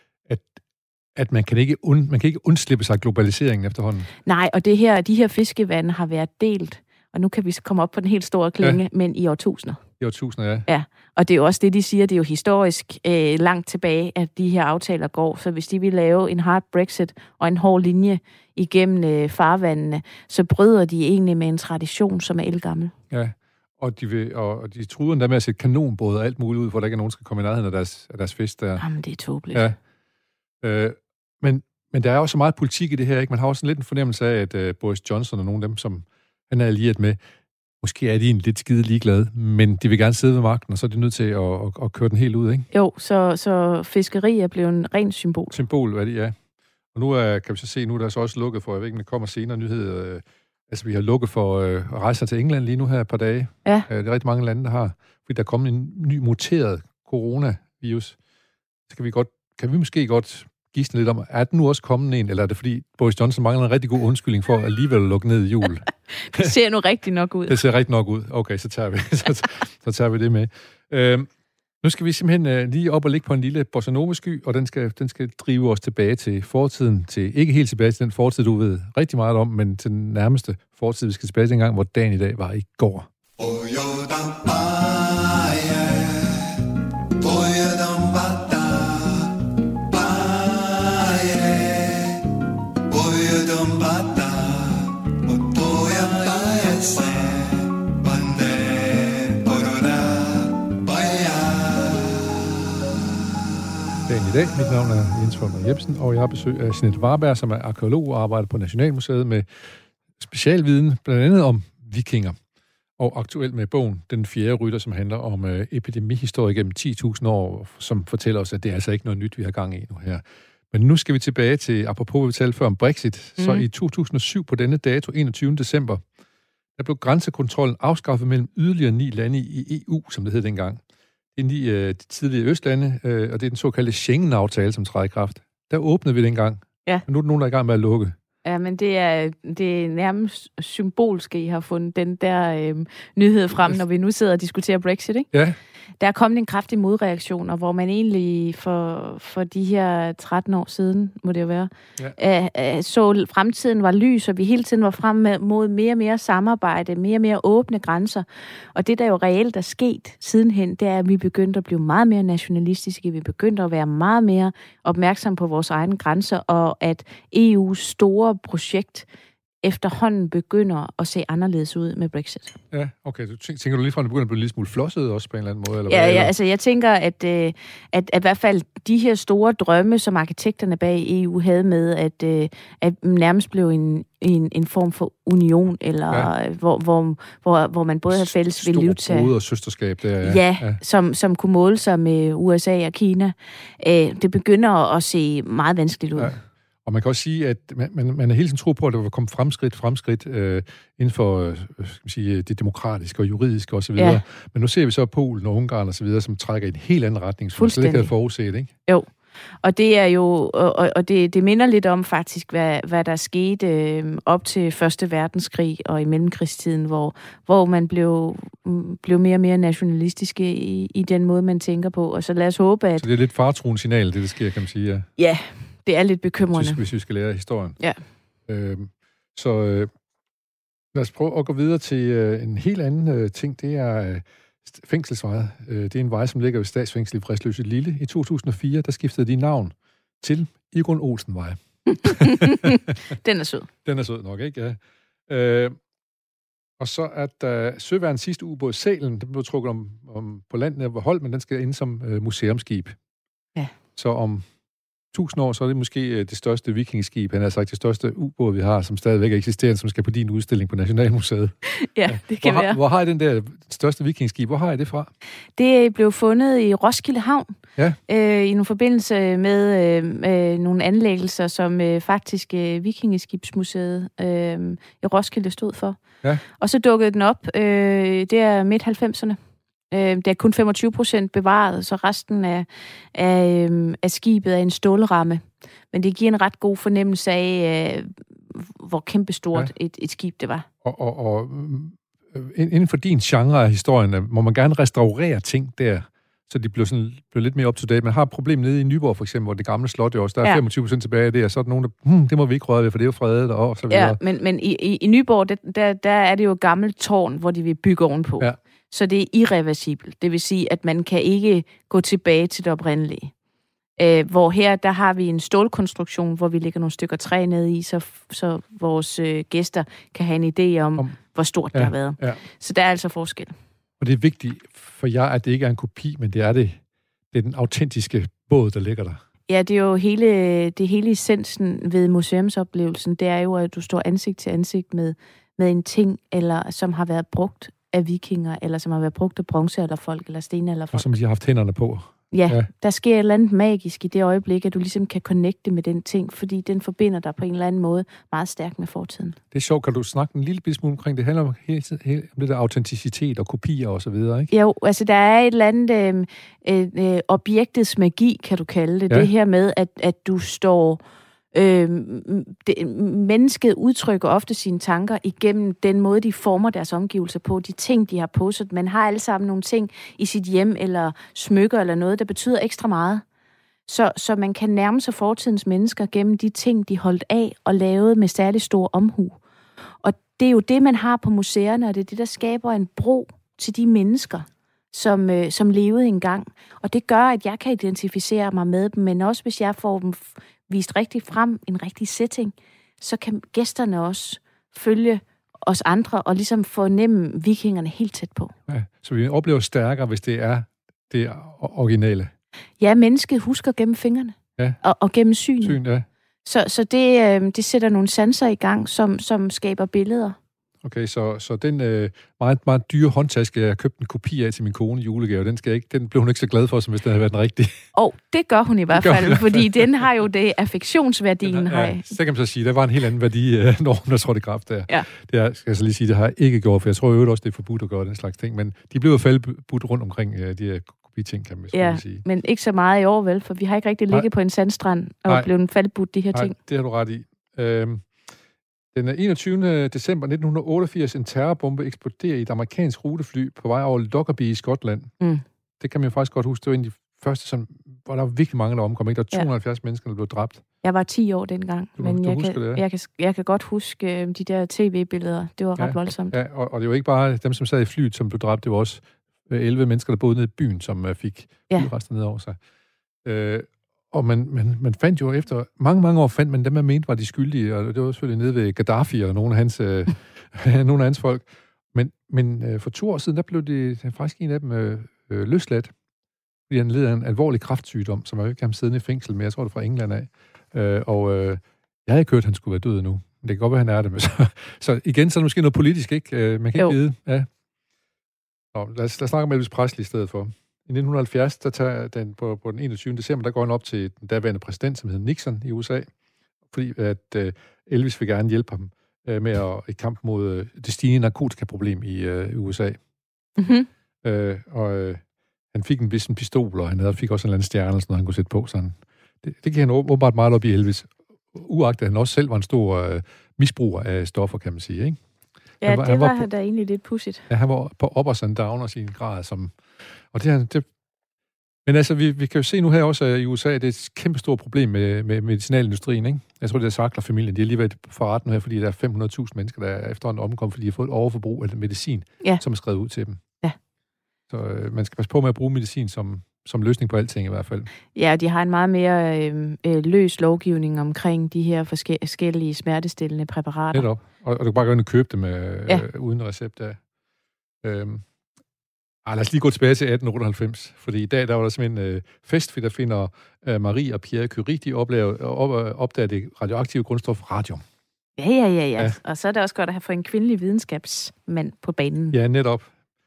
at man kan ikke undslippe sig globaliseringen efterhånden? Nej, og de her fiskevande har været delt. Og nu kan vi komme op på den helt store klinge, men i årtusinder. I årtusinder, ja. Ja, og det er jo også det, de siger, det er jo historisk langt tilbage, at de her aftaler går. Så hvis de vil lave en hard Brexit og en hård linje igennem farvandene, så bryder de egentlig med en tradition, som er ældgammel. Ja, og de truer endda med at sætte kanonbåde og alt muligt ud, for der ikke er nogen, der skal komme i nærheden af deres fisk der. Jamen, det er tåbeligt. Ja. Men der er også så meget politik i det her, ikke? Man har også lidt en fornemmelse af, at Boris Johnson og nogle af dem, som han er allieret med, måske er de en lidt skide ligeglade, men de vil gerne sidde ved magten, og så er de nødt til at køre den helt ud, ikke? Jo, så fiskeri er blevet en ren symbol. Symbol, hvad det er. Og nu kan vi så se, nu er der så også lukket for, jeg ved ikke, om der kommer senere nyhed, vi har lukket for rejser til England lige nu her et par dage. Ja. Det er rigtig mange lande, der har, fordi der er kommet en ny muteret coronavirus. Så kan vi måske godt gisne lidt om, er den nu også kommet en, eller er det fordi Boris Johnson mangler en rigtig god undskyldning for alligevel at lukke ned i jul? Det ser nu rigtig nok ud. Det ser rigtig nok ud. Okay, så tager vi det med. Nu skal vi simpelthen lige op og ligge på en lille bossa nova-sky, og den skal drive os tilbage til fortiden, ikke helt tilbage til den fortid, du ved rigtig meget om, men til den nærmeste fortid, vi skal tilbage til en gang, hvor dagen i dag var i går. I dag. Mit navn er Jens Folmer Jebsen, og jeg har besøg af Jeanette Varberg, som er arkeolog og arbejder på Nationalmuseet med specialviden, blandt andet om vikinger. Og aktuelt med bogen Den fjerde rytter, som handler om epidemihistorie gennem 10.000 år, som fortæller os, at det er altså ikke noget nyt, vi har gang i nu her. Men nu skal vi tilbage til, apropos vi talte før om Brexit, så i 2007 på denne dato, 21. december, der blev grænsekontrollen afskaffet mellem yderligere 9 lande i EU, som det hed dengang. Det er de tidligere østlande, og det er den såkaldte Schengen-aftale, som træder i kraft. Der åbnede vi dengang. Ja. Men nu er der nogen, der er i gang med at lukke. Ja, men det er nærmest symbolsk, at I har fundet den der nyhed frem, når vi nu sidder og diskuterer Brexit, ikke? Ja. Der er kommet en kraftig modreaktion, og hvor man egentlig for de her 13 år siden, må det jo være, så fremtiden var lys, og vi hele tiden var frem mod mere og mere samarbejde, mere og mere åbne grænser. Og det, der jo reelt er sket sidenhen, det er, at vi begyndte at blive meget mere nationalistiske, vi begyndte at være meget mere opmærksomme på vores egne grænser, og at EU's store projekt efterhånden begynder at se anderledes ud med Brexit. Ja, okay. Tænker du lige fra, at det begynder at blive lidt smule flosset også på en eller anden måde? Eller ja, altså jeg tænker, at i hvert fald de her store drømme, som arkitekterne bag EU havde med, at nærmest blev en form for union, eller hvor man både har fælles valuta. Stor brud og søsterskab der. Ja. Som kunne måle sig med USA og Kina. Det begynder at se meget vanskeligt ud. Ja. Og man kan også sige, at man er hele tiden tro på, at der vil komme fremskridt inden for det demokratiske og juridiske osv. Men nu ser vi så Polen og Ungarn osv., som trækker i en helt anden retning, som man slet ikke havde forudset, ikke? Jo. Og det er jo, og det minder lidt om faktisk, hvad der skete op til Første Verdenskrig og i mellemkrigstiden, hvor man blev mere og mere nationalistiske i den måde, man tænker på. Og så lad os håbe, at... Så det er lidt faretruende signal, det sker, kan man sige. Ja, ja, det er lidt bekymrende. Hvis vi skal lære historien. Ja. Lad os prøve at gå videre til en helt anden ting. Det er Fængselsvej. Det er en vej, som ligger ved Statsfængsel i Frissløse Lille. I 2004, der skiftede de navn til Egon Olsen-vej. Den er sød. Den er sød nok, ikke? Ja. Og så er der Søværnets sidste ubåd Sælen. Den blev trukket om på land nede ved Holm, men den skal ind som museumsskib. Ja. Så om 1000 år, så er det måske det største vikingeskib. Han har sagt det største ubåd, vi har, som stadigvæk eksisterer, som skal på din udstilling på Nationalmuseet. Ja, det kan være. Hvor har I den der største vikingeskib? Hvor har I det fra? Det blev fundet i Roskilde Havn. Ja. I nogle forbindelse med nogle anlæggelser, som faktisk Vikingeskibsmuseet i Roskilde stod for. Ja. Og så dukkede den op. Det er midt-90'erne. Det er kun 25% bevaret, så resten af skibet er en stålramme. Men det giver en ret god fornemmelse af, hvor kæmpestort et skib det var. Og inden for din genre af historien, må man gerne restaurere ting der, så de blev lidt mere up-to-date. Man har et problem nede i Nyborg, for eksempel, hvor det gamle slot også, der er 25% tilbage af det, og så er der nogen, der, det må vi ikke røre ved, for det er jo fredet, og så videre. Ja, men i Nyborg, der er det jo et gammelt tårn, hvor de vil bygge ovenpå. Ja. Så det er irreversibelt. Det vil sige, at man kan ikke gå tilbage til det oprindelige. Hvor her, der har vi en stålkonstruktion, hvor vi lægger nogle stykker træ ned i, så vores gæster kan have en idé om hvor stort det har været. Ja. Så der er altså forskel. Og det er vigtigt for jer, at det ikke er en kopi, men det er den autentiske båd, der ligger der. Ja, det er jo hele essensen ved museumsoplevelsen. Det er jo, at du står ansigt til ansigt med en ting, eller som har været brugt af vikinger, eller som har været brugt af bronzealderfolk, eller stenalderfolk. Og som de har haft hænderne på. Ja, der sker et eller andet magisk i det øjeblik, at du ligesom kan connecte med den ting, fordi den forbinder dig på en eller anden måde meget stærkt med fortiden. Det er sjovt. Kan du snakke en lille smule omkring det? handler om det der autenticitet og kopier og så videre, ikke? Jo, altså der er et eller andet objektets magi, kan du kalde det. Ja. Det her med, at du står... mennesket udtrykker ofte sine tanker igennem den måde, de former deres omgivelser på, de ting, de har på sig. Man har alle sammen nogle ting i sit hjem, eller smykker, eller noget, der betyder ekstra meget. Så man kan nærme sig fortidens mennesker gennem de ting, de holdt af og lavede med særlig stor omhu. Og det er jo det, man har på museerne, og det er det, der skaber en bro til de mennesker, som levede engang. Og det gør, at jeg kan identificere mig med dem, men også hvis jeg får dem vist rigtig frem, en rigtig setting, så kan gæsterne også følge os andre og ligesom fornemme vikingerne helt tæt på. Ja, så vi oplever stærkere, hvis det er det originale. Ja, mennesket husker gennem fingrene og gennem synet. Ja. Så det sætter nogle sanser i gang, som skaber billeder. Okay, så den meget, meget dyre håndtaske, jeg købte en kopi af til min kone i julegave, den blev hun ikke så glad for, som hvis den havde været den rigtige. Det gør hun i hvert fald, fordi den har jo det affektionsværdien. Så kan man så sige, der var en helt anden værdi, når hun har trådt i kraft der. Ja. Det er, skal jeg så lige sige, det har jeg ikke gjort, for jeg tror jo også, det er forbudt at gøre den slags ting, men de blev i hvert fald budt rundt omkring de her kopiting, kan man sige. Men ikke så meget i år, vel, for vi har ikke rigtig ligget på en sandstrand og blevet faldbudt de her ting. Nej, det har du ret i. Den 21. december 1988, en terrorbombe eksploderer i et amerikansk rutefly på vej over Lockerbie i Skotland. Mm. Det kan man jo faktisk godt huske. Det var en af de første, hvor der var virkelig mange, der omkom. Der var 270 mennesker, der blev dræbt. Jeg var 10 år dengang, men jeg kan godt huske de der tv-billeder. Det var ret voldsomt. Ja, og det var ikke bare dem, som sad i flyet, som blev dræbt. Det var også 11 mennesker, der boede nede i byen, som fik flyrester ned over sig. Og man fandt jo efter mange år, fandt man dem, man mente var de skyldige, og det var selvfølgelig nede ved Gaddafi og nogle af hans folk. Men for 2 år siden, der blev det faktisk en af dem løsladt, fordi han led af en alvorlig kræftsygdom, som var ikke ham siddende i fængsel, men jeg tror det fra England af. Jeg havde kørt, at han skulle være død nu. Men det kan godt være, han er det. Men så igen, så er det måske noget politisk, ikke? Man kan ikke vide. Ja. Lad os snakke med Elvis Presley i stedet for. I 1970, der tager den på den 21. december, der går han op til den daværende præsident, som hedder Nixon i USA, fordi at Elvis vil gerne hjælpe ham med i kamp mod det stigende narkotikaproblem i USA. Mm-hmm. Han fik en pistol, og han fik også en eller anden stjerne, sådan noget, han kunne sætte på. Sådan. Det kan han åbenbart meget op i Elvis. Uagtet at han også selv var en stor misbruger af stoffer, kan man sige, ikke? Ja, han var da egentlig lidt pudsigt. Ja, han var på uppers and downers i en grad, som... Og men altså, vi kan jo se nu her også i USA, at det er et kæmpe stort problem med medicinalindustrien, ikke? Jeg tror, det er Sackler-familien. De har lige været for retten her, fordi der er 500.000 mennesker, der er efterhånden omkommet, fordi de har fået et overforbrug af medicin, som er skrevet ud til dem. Ja. Så man skal passe på med at bruge medicin som løsning på alting i hvert fald. Ja, de har en meget mere løs lovgivning omkring de her forskellige smertestillende præparater. Netop. Og du kan bare gå ind og købe dem uden recept af. Lad os lige gå tilbage til 1898, fordi i dag der var der simpelthen fest, fordi der finder Marie og Pierre Curie, de opdager det radioaktive grundstof radium. Ja. Og så er det også godt at have fået en kvindelig videnskabsmand på banen. Ja, netop.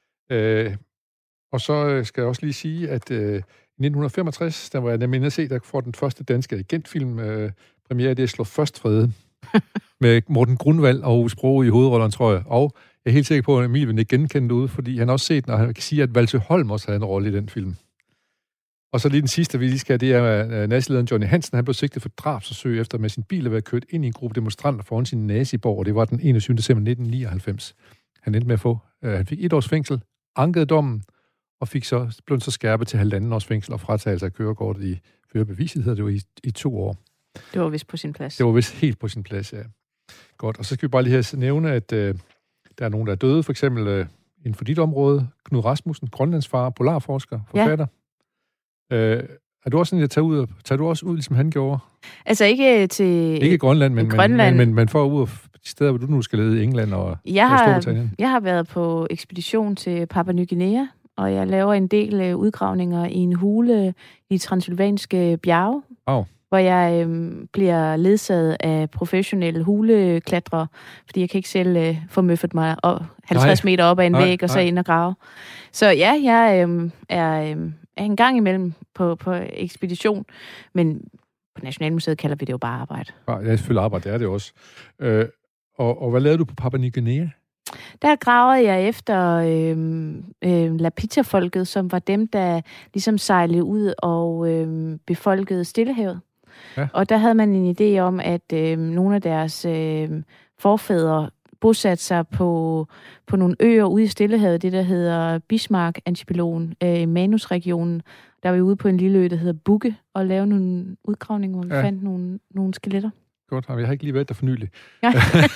Og så skal jeg også lige sige, at i 1965, der var jeg nemlig inde at se, der får den første danske agentfilm premiere, det er Slå Først Frede, med Morten Grunwald og Ove Sprogøe i hovedrollerne, tror jeg. Og jeg er helt sikker på, at Emil vil ikke genkende ud, fordi han har også set den, og han kan sige, at Valse Holm også havde en rolle i den film. Og så lige den sidste, vi lige skal have, det er nazilederen Johnny Hansen. Han blev sigtet for drabsforsøg efter med sin bil at være kørt ind i en gruppe demonstranter foran sin naziborg, og det var den 21. december 1999. Han endte med at få, han fik 1 års fængsel, ankede dommen, og blev så skærpet til 1,5 års fængsel og fratagelse af kørekortet i førerbeviset, hedder det jo i 2 år. Det var vist på sin plads. Det var vist helt på sin plads, ja. Godt, og så skal vi bare lige her nævne, at der er nogen, der er døde, for eksempel inden for dit område, Knud Rasmussen, grønlandsfarer, polarforsker, forfatter. Ja. Er du også sådan, at tager du også ud, ligesom han gjorde? Altså ikke til... Ikke Grønland, men for ud af de steder, hvor du nu skal lede i England og Storbritannien. Jeg har været på ekspedition til Papua Ny Guinea, og jeg laver en del udgravninger i en hule i transylvanske bjerge. Hvor jeg bliver ledsaget af professionelle huleklatrere, fordi jeg kan ikke selv få møffet mig 50 meter op ad en væg og så ind og grave. Så ja, jeg er en gang imellem på ekspedition, men på Nationalmuseet kalder vi det jo bare arbejde. Ja, selvfølgelig arbejde, det er det også. Og hvad lavede du på Papua Ny Guinea? Der gravede jeg efter Lapita-folket, som var dem, der ligesom sejlede ud og befolkede Stillehavet. Ja. Og der havde man en idé om, at nogle af deres forfædre bosatte sig på nogle øer ude i Stillehavet, det der hedder Bismarck-archipelagen, Manus-regionen. Der var vi ude på en lille ø, der hedder Bugge, og lavede nogle udgravninger, hvor vi fandt nogle skeletter. Godt, jeg har ikke lige været der for nylig. Ja.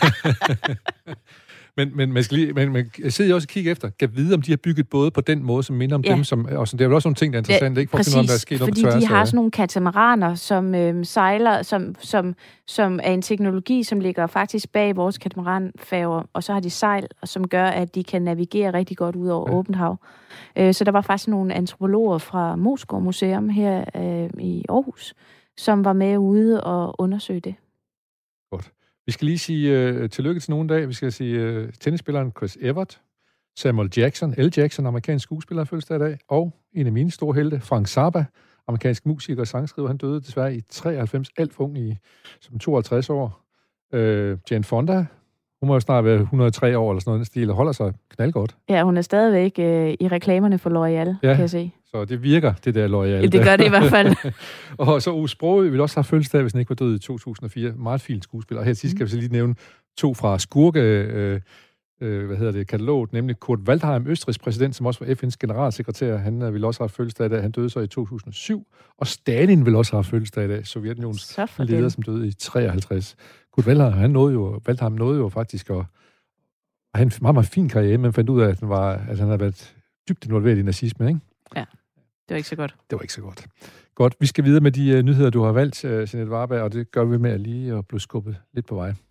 Men jeg sidder også og kigger efter, kan vide, om de har bygget både på den måde, som minder om dem, som, og det er vel også nogle ting, der er interessant, ikke? For at finde ud af, hvad der er sket op på tværs. Fordi de har sådan nogle katamaraner, som sejler, som er en teknologi, som ligger faktisk bag vores katamaranfærger, og så har de sejl, som gør, at de kan navigere rigtig godt ud over åbent hav. Så der var faktisk nogle antropologer fra Moskov Museum her i Aarhus, som var med ude og undersøge det. Godt. Vi skal lige sige tillykke til nogle dage. Vi skal sige tennisspilleren Chris Evert, Samuel Jackson, L. Jackson, amerikansk skuespiller, fødselsdag i dag, og en af mine store helte, Frank Zappa, amerikansk musiker og sangskriver. Han døde desværre i 93, alt for ung, som 52 år. Jane Fonda, hun må jo snart være 103 år eller sådan noget, stil, og holder sig knaldgodt. Ja, hun er stadigvæk i reklamerne for L'Oreal, kan jeg se. Så det virker, det der L'Oreal. Det gør det i hvert fald. Og så Ove Sprogøe ville også have fødselsdag, hvis han ikke var død i 2004. Meget fint skuespiller. Og her sidst skal vi så lige nævne 2 fra Skurke, kataloget, nemlig Kurt Waldheim, Østrigs præsident, som også var FN's generalsekretær. Han ville også have fødselsdag i dag. Han døde så i 2007. Og Stalin ville også have fødselsdag i dag. Sovjetunionens leder, som døde i 53. Kurt Waldheim, han nåede jo faktisk at have en meget, meget fin karriere, men fandt ud af, at han havde været dybt involveret i nazisme, ikke? Ja, det var ikke så godt. Det var ikke så godt. Godt, vi skal videre med de nyheder, du har valgt, Jeanette Varberg, og det gør vi med lige at blive skubbet lidt på vej.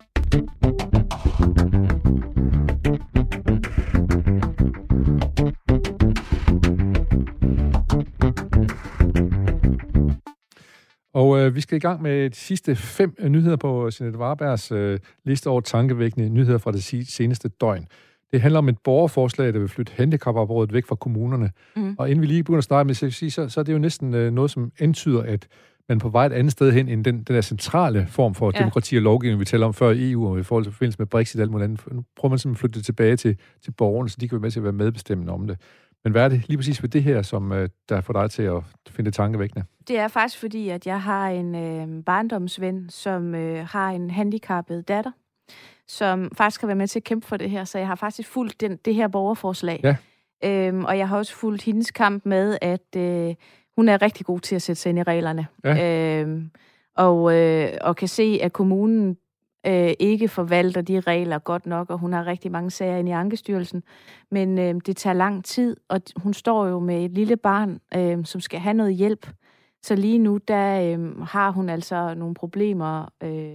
Og vi skal i gang med de sidste 5 nyheder på Jeanette Varbergs liste over tankevækkende nyheder fra det seneste døgn. Det handler om et borgerforslag, der vil flytte handicapområdet væk fra kommunerne. Og inden vi lige begynder at starte med at sige, så er det jo næsten noget, som antyder, at man på vej et andet sted hen, end den der centrale form for demokrati og lovgivning, vi taler om før i EU, og i forhold til forbindelse med Brexit og alt muligt andet. Nu prøver man simpelthen at flytte det tilbage til borgerne, så de kan være med til at være medbestemmende om det. Men hvad er det lige præcis ved det her, som der får dig til at finde det tankevækkende? Det er faktisk fordi, at jeg har en barndomsven, som har en handicappet datter, som faktisk har været med til at kæmpe for det her, så jeg har faktisk fulgt det her borgerforslag. Ja. Og jeg har også fulgt hendes kamp med, at hun er rigtig god til at sætte sig ind i reglerne. Ja. Og kan se, at kommunen ikke forvalter de regler godt nok, og hun har rigtig mange sager inde i Ankestyrelsen. Men det tager lang tid, og hun står jo med et lille barn, som skal have noget hjælp. Så lige nu, der har hun altså nogle problemer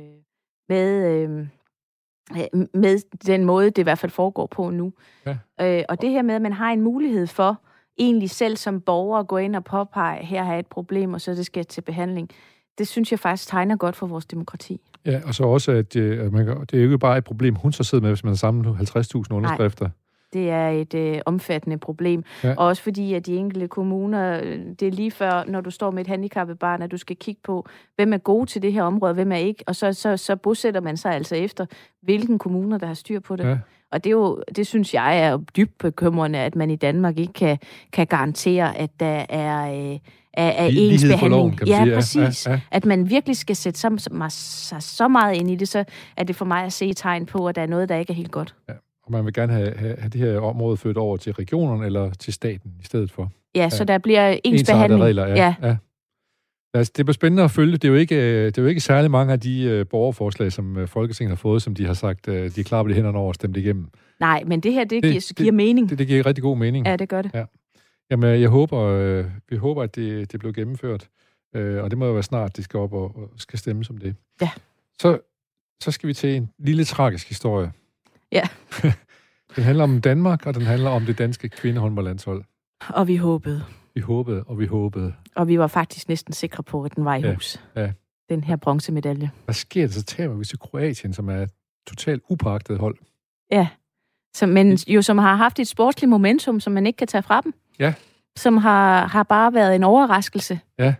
med den måde, det i hvert fald foregår på nu. Ja. Og det her med, at man har en mulighed for egentlig selv som borger at gå ind og påpege, her har et problem, og så det skal til behandling. Det synes jeg faktisk tegner godt for vores demokrati. Ja, og så også, at det er jo ikke bare et problem, hun så sidder med, hvis man samler 50.000 underskrifter. Nej. Det er et omfattende problem. Ja. Og også fordi, at de enkelte kommuner, det er lige før, når du står med et handicappet barn, at du skal kigge på, hvem er gode til det her område, hvem er ikke. Og så bosætter man sig altså efter, hvilken kommuner, der har styr på det. Ja. Og det synes jeg er dybt bekymrende, at man i Danmark ikke kan garantere, at der er ens behandling. Ja, præcis. Ja. At man virkelig skal sætte sig så meget ind i det, så er det for mig at se tegn på, at der er noget, der ikke er helt godt. Ja. Og man vil gerne have det her område ført over til regionerne eller til staten i stedet for. Ja, så der bliver ens behandling. Regler, ja. Altså, det bliver spændende at følge. Det er jo ikke særlig mange af de borgerforslag, som Folketinget har fået, som de har sagt, de er klar på de hænderne over og stemt igennem. Nej, men det her, det giver mening. Det giver rigtig god mening. Ja, det gør det. Ja. Jamen, vi håber, at det bliver gennemført. Og det må jo være snart, de skal op og skal stemme som det. Ja. Så skal vi til en lille tragisk historie. Ja. Den handler om Danmark, og den handler om det danske kvindehåndboldlandshold. Og vi håbede. Vi håbede. Og vi var faktisk næsten sikre på, at den var i hus. Ja. Den her bronzemedalje. Hvad sker det, så tager vi til Kroatien, som er et totalt upåagtet hold? Ja. Som har haft et sportsligt momentum, som man ikke kan tage fra dem. Ja. Som har bare været en overraskelse. Ja.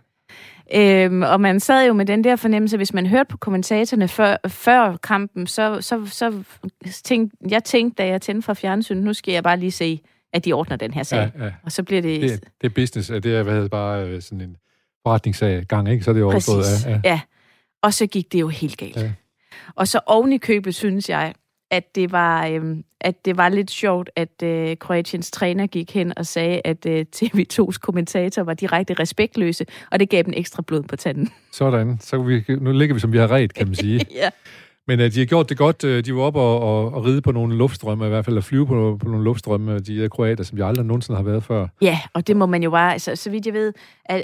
Og man sad jo med den der fornemmelse, hvis man hørte på kommentatorerne før kampen, så tænkte, da jeg tændte fra fjernsynet, nu skal jeg bare lige se, at de ordner den her sag. Ja. Og så bliver det... Det er business, det er bare sådan en forretningssag gang, ikke? Så er det jo overstået. Ja. Og så gik det jo helt galt. Ja. Og så oven i købet, synes jeg, at det var lidt sjovt, at Kroatiens træner gik hen og sagde, at TV2's kommentator var direkte respektløse, og det gav dem ekstra blod på tanden. Sådan. Nu ligger vi, som vi har ret, kan man sige. Ja. Men de har gjort det godt. De var oppe og ride på nogle luftstrømme, i hvert fald at flyve på nogle luftstrømme, de kroater, som de aldrig nogensinde har været før. Ja, og det må man jo bare... Altså, så vidt jeg ved,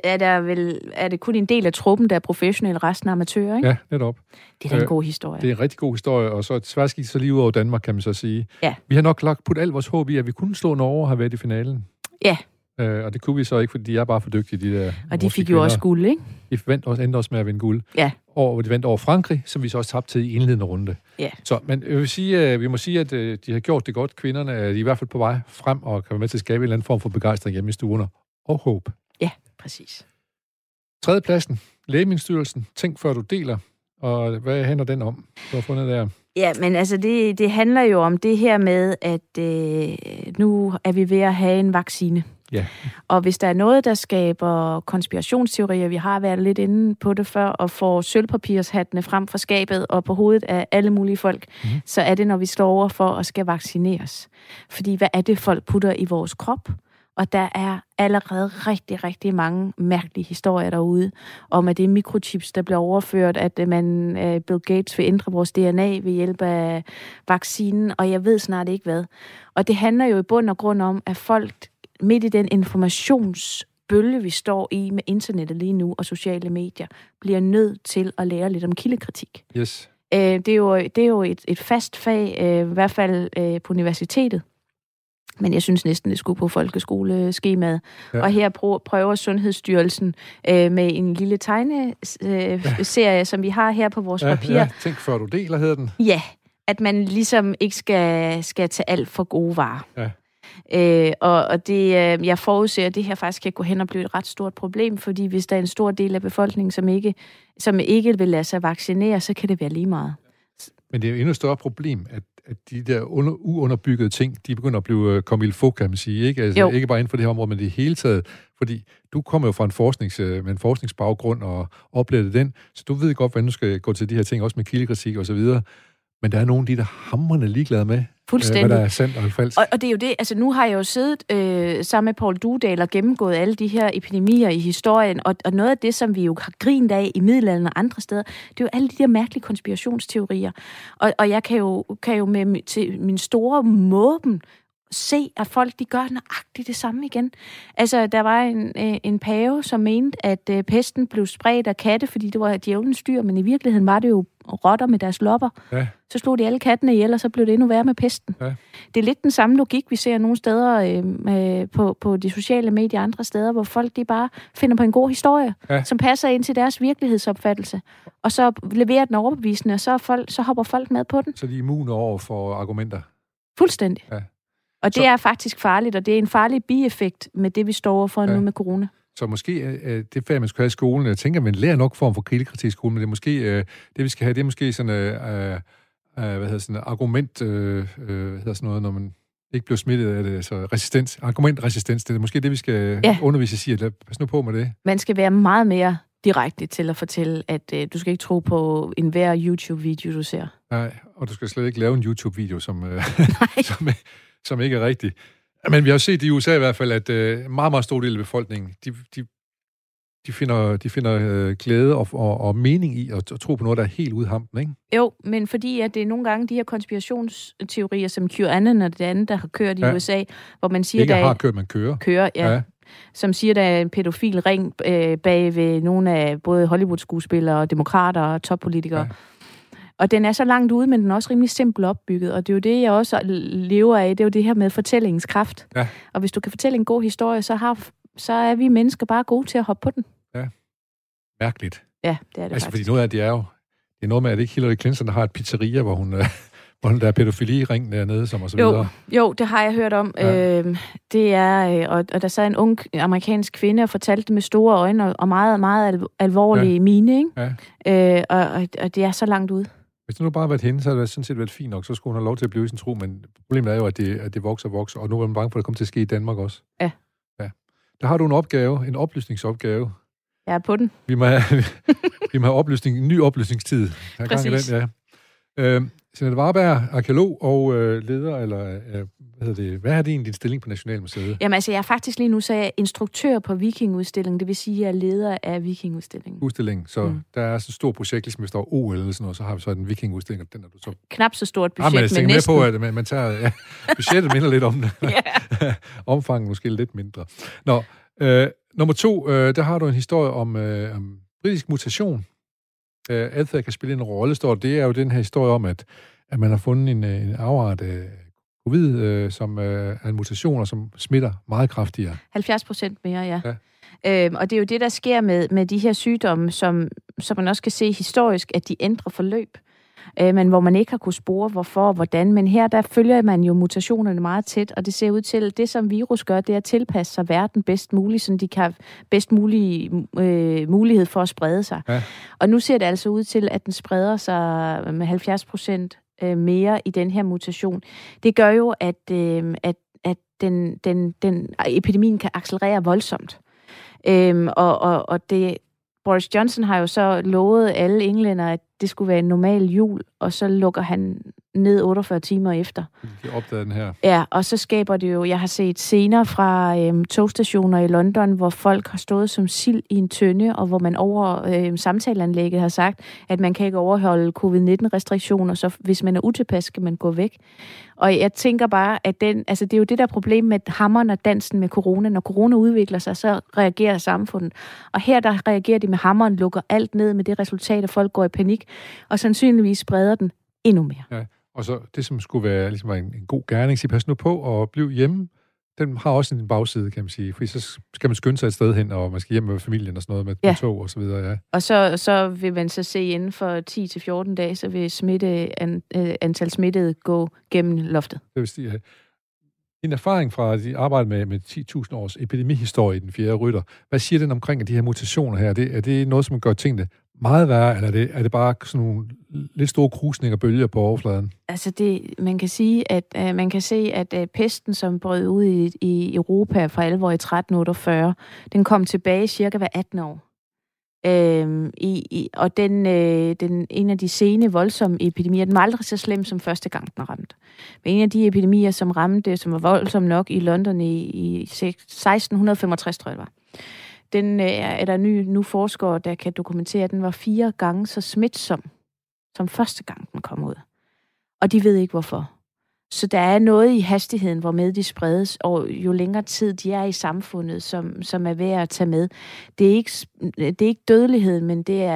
er det kun en del af truppen, der er professionelle, resten af amatører, ikke? Ja, netop. Det er en god historie. Det er en rigtig god historie, og så tværs gik så lige ud over Danmark, kan man så sige. Ja. Vi har nok puttet alt vores håb i, at vi kunne slå Norge og have været i finalen. Ja. Og det kunne vi så ikke, fordi de er bare for dygtige, de der. Og de fik jo også guld, ikke? De endte også med at vinde guld. Ja. Og de vandt over Frankrig, som vi så også tabte til i indledende runde. Ja. Så, men vi må sige, at de har gjort det godt. Kvinderne er i hvert fald på vej frem og kan være med til at skabe en eller anden form for begejstring hjemme i stuerne. Og håb. Ja, præcis. Tredjepladsen. Lægemiddelstyrelsen. Tænk før du deler. Og hvad handler den om? Du har fundet der. Ja, men altså det handler jo om det her med, at nu er vi ved at have en vaccine. Ja. Og hvis der er noget, der skaber konspirationsteorier, vi har været lidt inde på det før, og får sølvpapirshattene frem fra skabet og på hovedet af alle mulige folk, så er det, når vi står over for at skal vaccineres. Fordi hvad er det, folk putter i vores krop? Og der er allerede rigtig, rigtig mange mærkelige historier derude, om at det er mikrochips, der bliver overført, at Bill Gates vil ændre vores DNA ved hjælp af vaccinen, og jeg ved snart ikke hvad. Og det handler jo i bund og grund om, at folk midt i den informationsbølge, vi står i med internettet lige nu og sociale medier, bliver nødt til at lære lidt om kildekritik. Yes. Det er jo et fast fag, i hvert fald på universitetet. Men jeg synes næsten, det skulle på folkeskoleskemaet. Ja. Og her prøver Sundhedsstyrelsen med en lille tegneserie, som vi har her på vores papir. Ja, tænk før du deler, hedder den. Ja, at man ligesom ikke skal tage alt for gode varer. Ja. Og det, jeg forudser, at det her faktisk kan gå hen og blive et ret stort problem, fordi hvis der er en stor del af befolkningen, som ikke vil lade sig vaccinere, så kan det være lige meget. Men det er jo endnu større problem, at de der uunderbyggede ting, de begynder at blive komme il faut, kan man sige, ikke? Altså, ikke bare inden for det her område, men det hele taget. Fordi du kommer jo fra med en forskningsbaggrund og oplevede den, så du ved godt, hvordan du skal gå til de her ting, også med kildekritik og så videre. Men der er nogle af de, der hamrende ligeglade med, hvad der er sandt og falsk. Og det er jo det, altså nu har jeg jo siddet sammen med Paul Dudal og gennemgået alle de her epidemier i historien, og noget af det, som vi jo har grint af i middelalderen og andre steder, det er jo alle de der mærkelige konspirationsteorier. Og jeg kan jo med til min store måben se, at folk, de gør nøjagtigt det samme igen. Altså, der var en pave, som mente, at pesten blev spredt af katte, fordi det var djævelens dyr, men i virkeligheden var det jo rotter med deres lopper. Ja. Så slog de alle kattene ihjel, og så blev det endnu værre med pesten. Ja. Det er lidt den samme logik, vi ser nogle steder på de sociale medier, andre steder, hvor folk, de bare finder på en god historie, som passer ind til deres virkelighedsopfattelse, og så leverer den overbevisende, og så hopper folk med på den. Så de er immune over for argumenter? Fuldstændig. Ja. Og det er faktisk farligt, og det er en farlig bieffekt med det, vi står overfor nu med corona. Så måske det fag, man skal have i skolen, jeg tænker, man lærer nok form for kildekritik i skolen, men det er måske, det vi skal have, det er måske sådan, argument, når man ikke bliver smittet af det, altså resistens, argumentresistens, det er måske det, vi skal undervise i, pas nu på med det. Man skal være meget mere direkte til at fortælle, at du skal ikke tro på enhver YouTube-video, du ser. Nej, og du skal slet ikke lave en YouTube-video, som ikke er rigtig. Men vi har jo set i USA i hvert fald, at meget, meget stor del af befolkningen, de finder glæde og mening i at tro på noget, der er helt ude i hampen, ikke? Jo, men fordi at det er nogle gange de her konspirationsteorier, som QAnon og det andet, der har kørt i USA, hvor man siger, ikke har kørt, man kører. Kører, ja. Som siger, der er en pædofil ring bag ved nogle af både Hollywood-skuespillere og demokrater og toppolitikere. Ja. Og den er så langt ude, men den er også rimelig simpelt opbygget. Og det er jo det, jeg også lever af. Det er jo det her med fortællingens kraft. Ja. Og hvis du kan fortælle en god historie, så er vi mennesker bare gode til at hoppe på den. Ja. Mærkeligt. Ja, det er det faktisk. Fordi noget af det er jo... Det er noget med, at det ikke Hillary Clinton, der har et pizzeria, hvor der er pædofili-ring dernede, som og så videre. Jo, det har jeg hørt om. Ja. Det er... Og der sad en ung amerikansk kvinde og fortalte det med store øjne og meget, meget alvorlige mine, ikke? Ja. Og det er så langt ude. Hvis det nu bare havde været hende, så havde det sådan set været fint nok, så skulle hun have lov til at blive i sin tro, men problemet er jo, at det vokser, og nu er man bange for, at det kommer til at ske i Danmark også. Ja. Der har du en oplysningsopgave. Jeg er på den. Vi må have en ny oplysningstid. Præcis. Jeanette Varberg, arkeolog og leder, eller hvad er det egentlig din stilling på Nationalmuseet? Jamen altså, jeg er faktisk lige nu instruktør på vikingudstillingen, det vil sige, at jeg er leder af vikingudstillingen. Udstillingen, så der er sådan et stort projekt, ligesom hvis der er OL eller sådan noget, så har vi så en vikingudstilling, og den er du så... Knap så stort budget, men næsten... med på, at man tager... budgettet minder lidt om det. Omfanget måske lidt mindre. Nå, nummer 2, der har du en historie om britisk mutation. Adfærd kan spille en rolle, står det er jo den her historie om, at man har fundet en afart af covid, som er en mutation, og som smitter meget kraftigere. 70% mere, ja. Og det er jo det, der sker med de her sygdomme, som man også kan se historisk, at de ændrer forløb. Men hvor man ikke har kunne spore, hvorfor og hvordan. Men her, der følger man jo mutationerne meget tæt, og det ser ud til, at det, som virus gør, det er at tilpasse sig verden bedst muligt, så de kan have bedst mulig mulighed for at sprede sig. Ja. Og nu ser det altså ud til, at den spreder sig med 70% mere i den her mutation. Det gør jo, at den epidemien kan accelerere voldsomt. Og det... Boris Johnson har jo så lovet alle englænder, at det skulle være en normal jul, og så lukker han ned 48 timer efter. De opdagede den her. Ja, og så skaber det jo, jeg har set scener fra togstationer i London, hvor folk har stået som sild i en tønde, og hvor man over samtaleanlægget har sagt, at man kan ikke overholde covid-19-restriktioner, så hvis man er utilpas, skal man gå væk. Og jeg tænker bare, at det er jo det der problem med hammeren og dansen med corona. Når corona udvikler sig, så reagerer samfundet. Og her der reagerer de med hammeren, lukker alt ned med det resultat, at folk går i panik, og sandsynligvis spreder den endnu mere. Ja, og så det, som skulle være ligesom en god gerning, sige pas nu på og bliv hjemme, den har også en bagside, kan man sige. Fordi så skal man skynde sig et sted hen, og man skal hjem med familien og sådan noget med tog og så videre. Ja. Og så vil man så se inden for 10-14 dage, så vil antal smittede gå gennem loftet. Det vil sige, en erfaring fra dit arbejde med 10.000 års epidemihistorie i den 4. rytter. Hvad siger den omkring de her mutationer her? Er det noget, som gør tingene meget værre, eller er det bare sådan nogle lidt store krusninger og bølger på overfladen? Altså man kan se, at pesten, som brød ud i Europa for alvor i 1348, den kom tilbage cirka hver 18 år. Og den en af de sene voldsomme epidemier, den var aldrig så slem som første gang, den ramte. Men en af de epidemier, som ramte, som var voldsomt nok i London i 1665, tror jeg det var. Den er der nu forskere, der kan dokumentere, at den var 4 gange så smitsom, som første gang den kom ud. Og de ved ikke hvorfor. Så der er noget i hastigheden, hvormed de spredes, og jo længere tid de er i samfundet, som er værd at tage med. Det er ikke dødeligheden, men det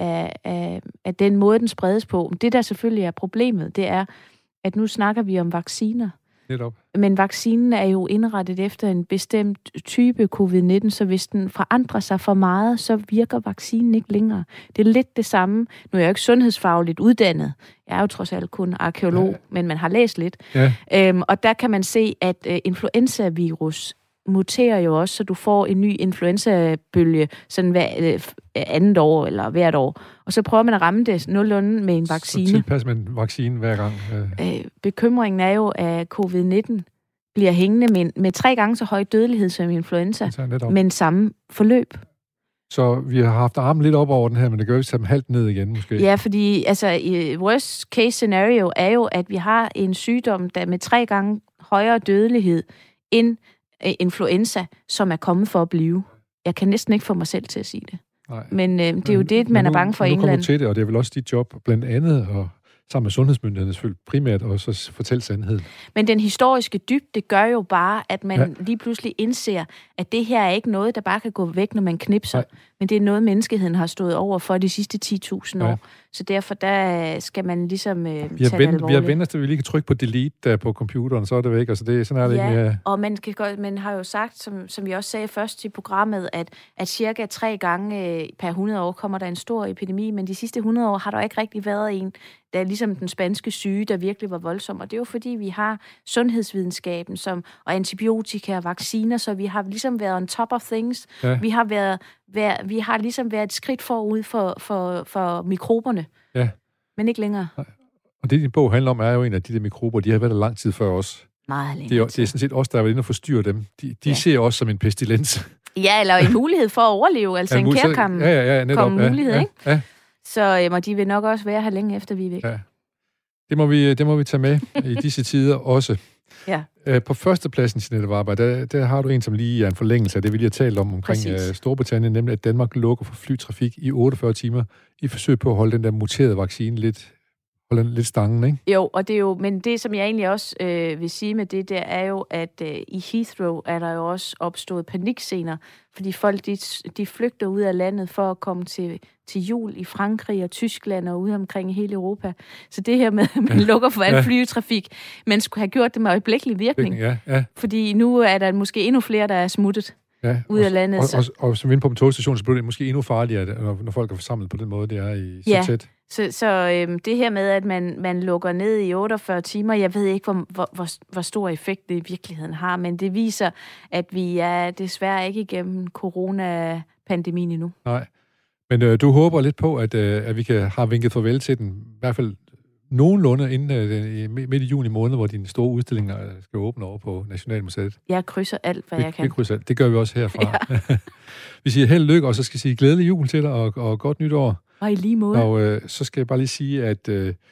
er den måde, den spredes på. Det, der selvfølgelig er problemet, det er, at nu snakker vi om vacciner. Netop. Men vaccinen er jo indrettet efter en bestemt type covid-19, så hvis den forandrer sig for meget, så virker vaccinen ikke længere. Det er lidt det samme. Nu er jeg jo ikke sundhedsfagligt uddannet. Jeg er jo trods alt kun arkæolog, men man har læst lidt. Ja. Og der kan man se, at influenzavirus muterer jo også, så du får en ny influenzabølge sådan hver andet år eller hvert år. Og så prøver man at ramme det nogenlunde med en vaccine. Så tilpasser man en vaccine hver gang. Bekymringen er jo, at covid-19 bliver hængende med 3 gange så høj dødelighed som influenza, men samme forløb. Så vi har haft armen lidt op over den her, men det gør vi sammen halvt ned igen måske. Ja, fordi worst case scenario er jo, at vi har en sygdom, der med 3 gange højere dødelighed end influenza, som er kommet for at blive. Jeg kan næsten ikke få mig selv til at sige det. Nej. Men det er jo det, man er bange for i England. Nu kommer du til det, og det er vel også dit job, blandt andet, og sammen med sundhedsmyndighederne selvfølgelig primært, og så fortælle sandheden. Men den historiske dybde gør jo bare, at man lige pludselig indser, at det her er ikke noget, der bare kan gå væk, når man knipser. Nej. Men det er noget, menneskeheden har stået over for de sidste 10.000 år. Så derfor der skal man ligesom tage det alvorligt. Vi har vendt os til, at vi lige kan trykke på delete der på computeren, så er det væk. Altså det, sådan er det ikke. Og man har jo sagt, som vi også sagde først i programmet, at cirka 3 gange per 100 år kommer der en stor epidemi, men de sidste 100 år har der ikke rigtig været en, der er ligesom den spanske syge, der virkelig var voldsom. Og det er jo fordi, vi har sundhedsvidenskaben og antibiotika og vacciner, så vi har ligesom været on top of things. Ja. Vi har ligesom været et skridt forud for mikroberne. Ja. Men ikke længere. Og det, din bog handler om, er jo en af de der mikrober, de har været der lang tid før os. Meget længe. Det er sådan set os, der har været inde og forstyrre dem. De ser os som en pestilens. Ja, eller en mulighed for at overleve, altså en kærkommen-mulighed, ikke? Ja. Så de vil nok også være her længe efter, vi er væk. Ja. Det må vi tage med i disse tider også. Ja. På førstepladsen, Jeanette Varberg, der har du en, som lige er en forlængelse af det, vi lige har talt om omkring Storbritannien, nemlig at Danmark lukker for flytrafik i 48 timer i forsøg på at holde den der muterede vaccine lidt stangen, ikke? Jo, og det er jo, men det, som jeg egentlig også vil sige med det, er jo, at i Heathrow er der jo også opstået panikscener, fordi folk, de flygter ud af landet for at komme til jul i Frankrig og Tyskland og ude omkring i hele Europa. Så det her med, at man lukker for al flytrafik, man skulle have gjort det med øjeblikkelig virkning. Ja. Fordi nu er der måske endnu flere, der er smuttet ud af landet. Og som vi er inde på togstationen, så bliver det måske endnu farligere, når folk er forsamlet på den måde, det er så tæt. Så det her med, at man lukker ned i 48 timer, jeg ved ikke, hvor stor effekt det i virkeligheden har, men det viser, at vi er desværre ikke igennem coronapandemien endnu. Nej, men du håber lidt på, at vi har vinket farvel til den, i hvert fald nogenlunde inden midt i juni måned, hvor dine store udstillinger skal åbne over på Nationalmuseet. Jeg krydser alt, hvad jeg kan. Vi krydser alt. Det gør vi også herfra. Ja. Vi siger held og lykke, og så skal vi sige glædelig jul til dig, og godt nytår. Og i lige måde. Og så skal jeg bare lige sige, at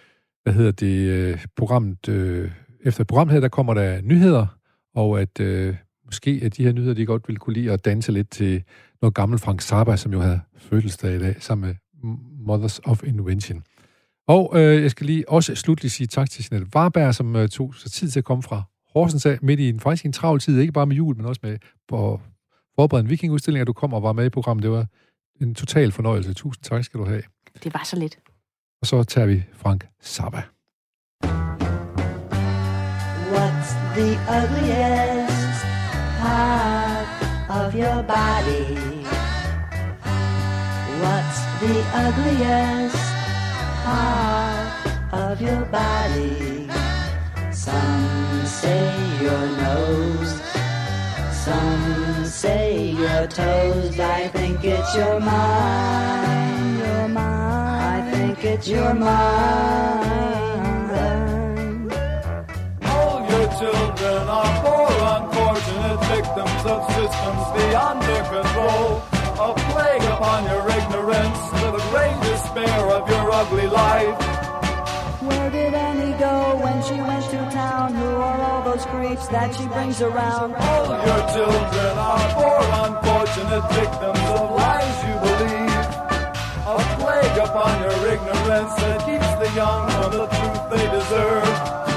programmet, efter programmet her, der kommer der nyheder, og at måske at de her nyheder, de godt ville kunne lide at danse lidt til noget gammelt Frank Zappa, som jo havde fødselsdag i dag, sammen med Mothers of Invention. Og jeg skal lige også slutligt sige tak til Jeanette Varberg, som tog sig tid til at komme fra Horsens af, midt i faktisk en travl tid, ikke bare med jul, men også med på forberedende vikingudstilling, at du kom og var med i programmet. Det var en total fornøjelse. Tusind tak skal du have. Det var så lidt. Og så tager vi Frank Zappa. What's the ugliest part of your body? What's the ugliest part of your body? Some say your nose, Some say you're toes, I think it's your mind. Your mind. I think it's your mind. All your children are poor, unfortunate victims of systems beyond their control. A plague upon your ignorance, to the great despair of your ugly life. Where did Annie go when she went to town? Who are all those creeps that she brings around? All your children are poor, unfortunate victims of lies you believe. A plague upon your ignorance that keeps the young from the truth they deserve.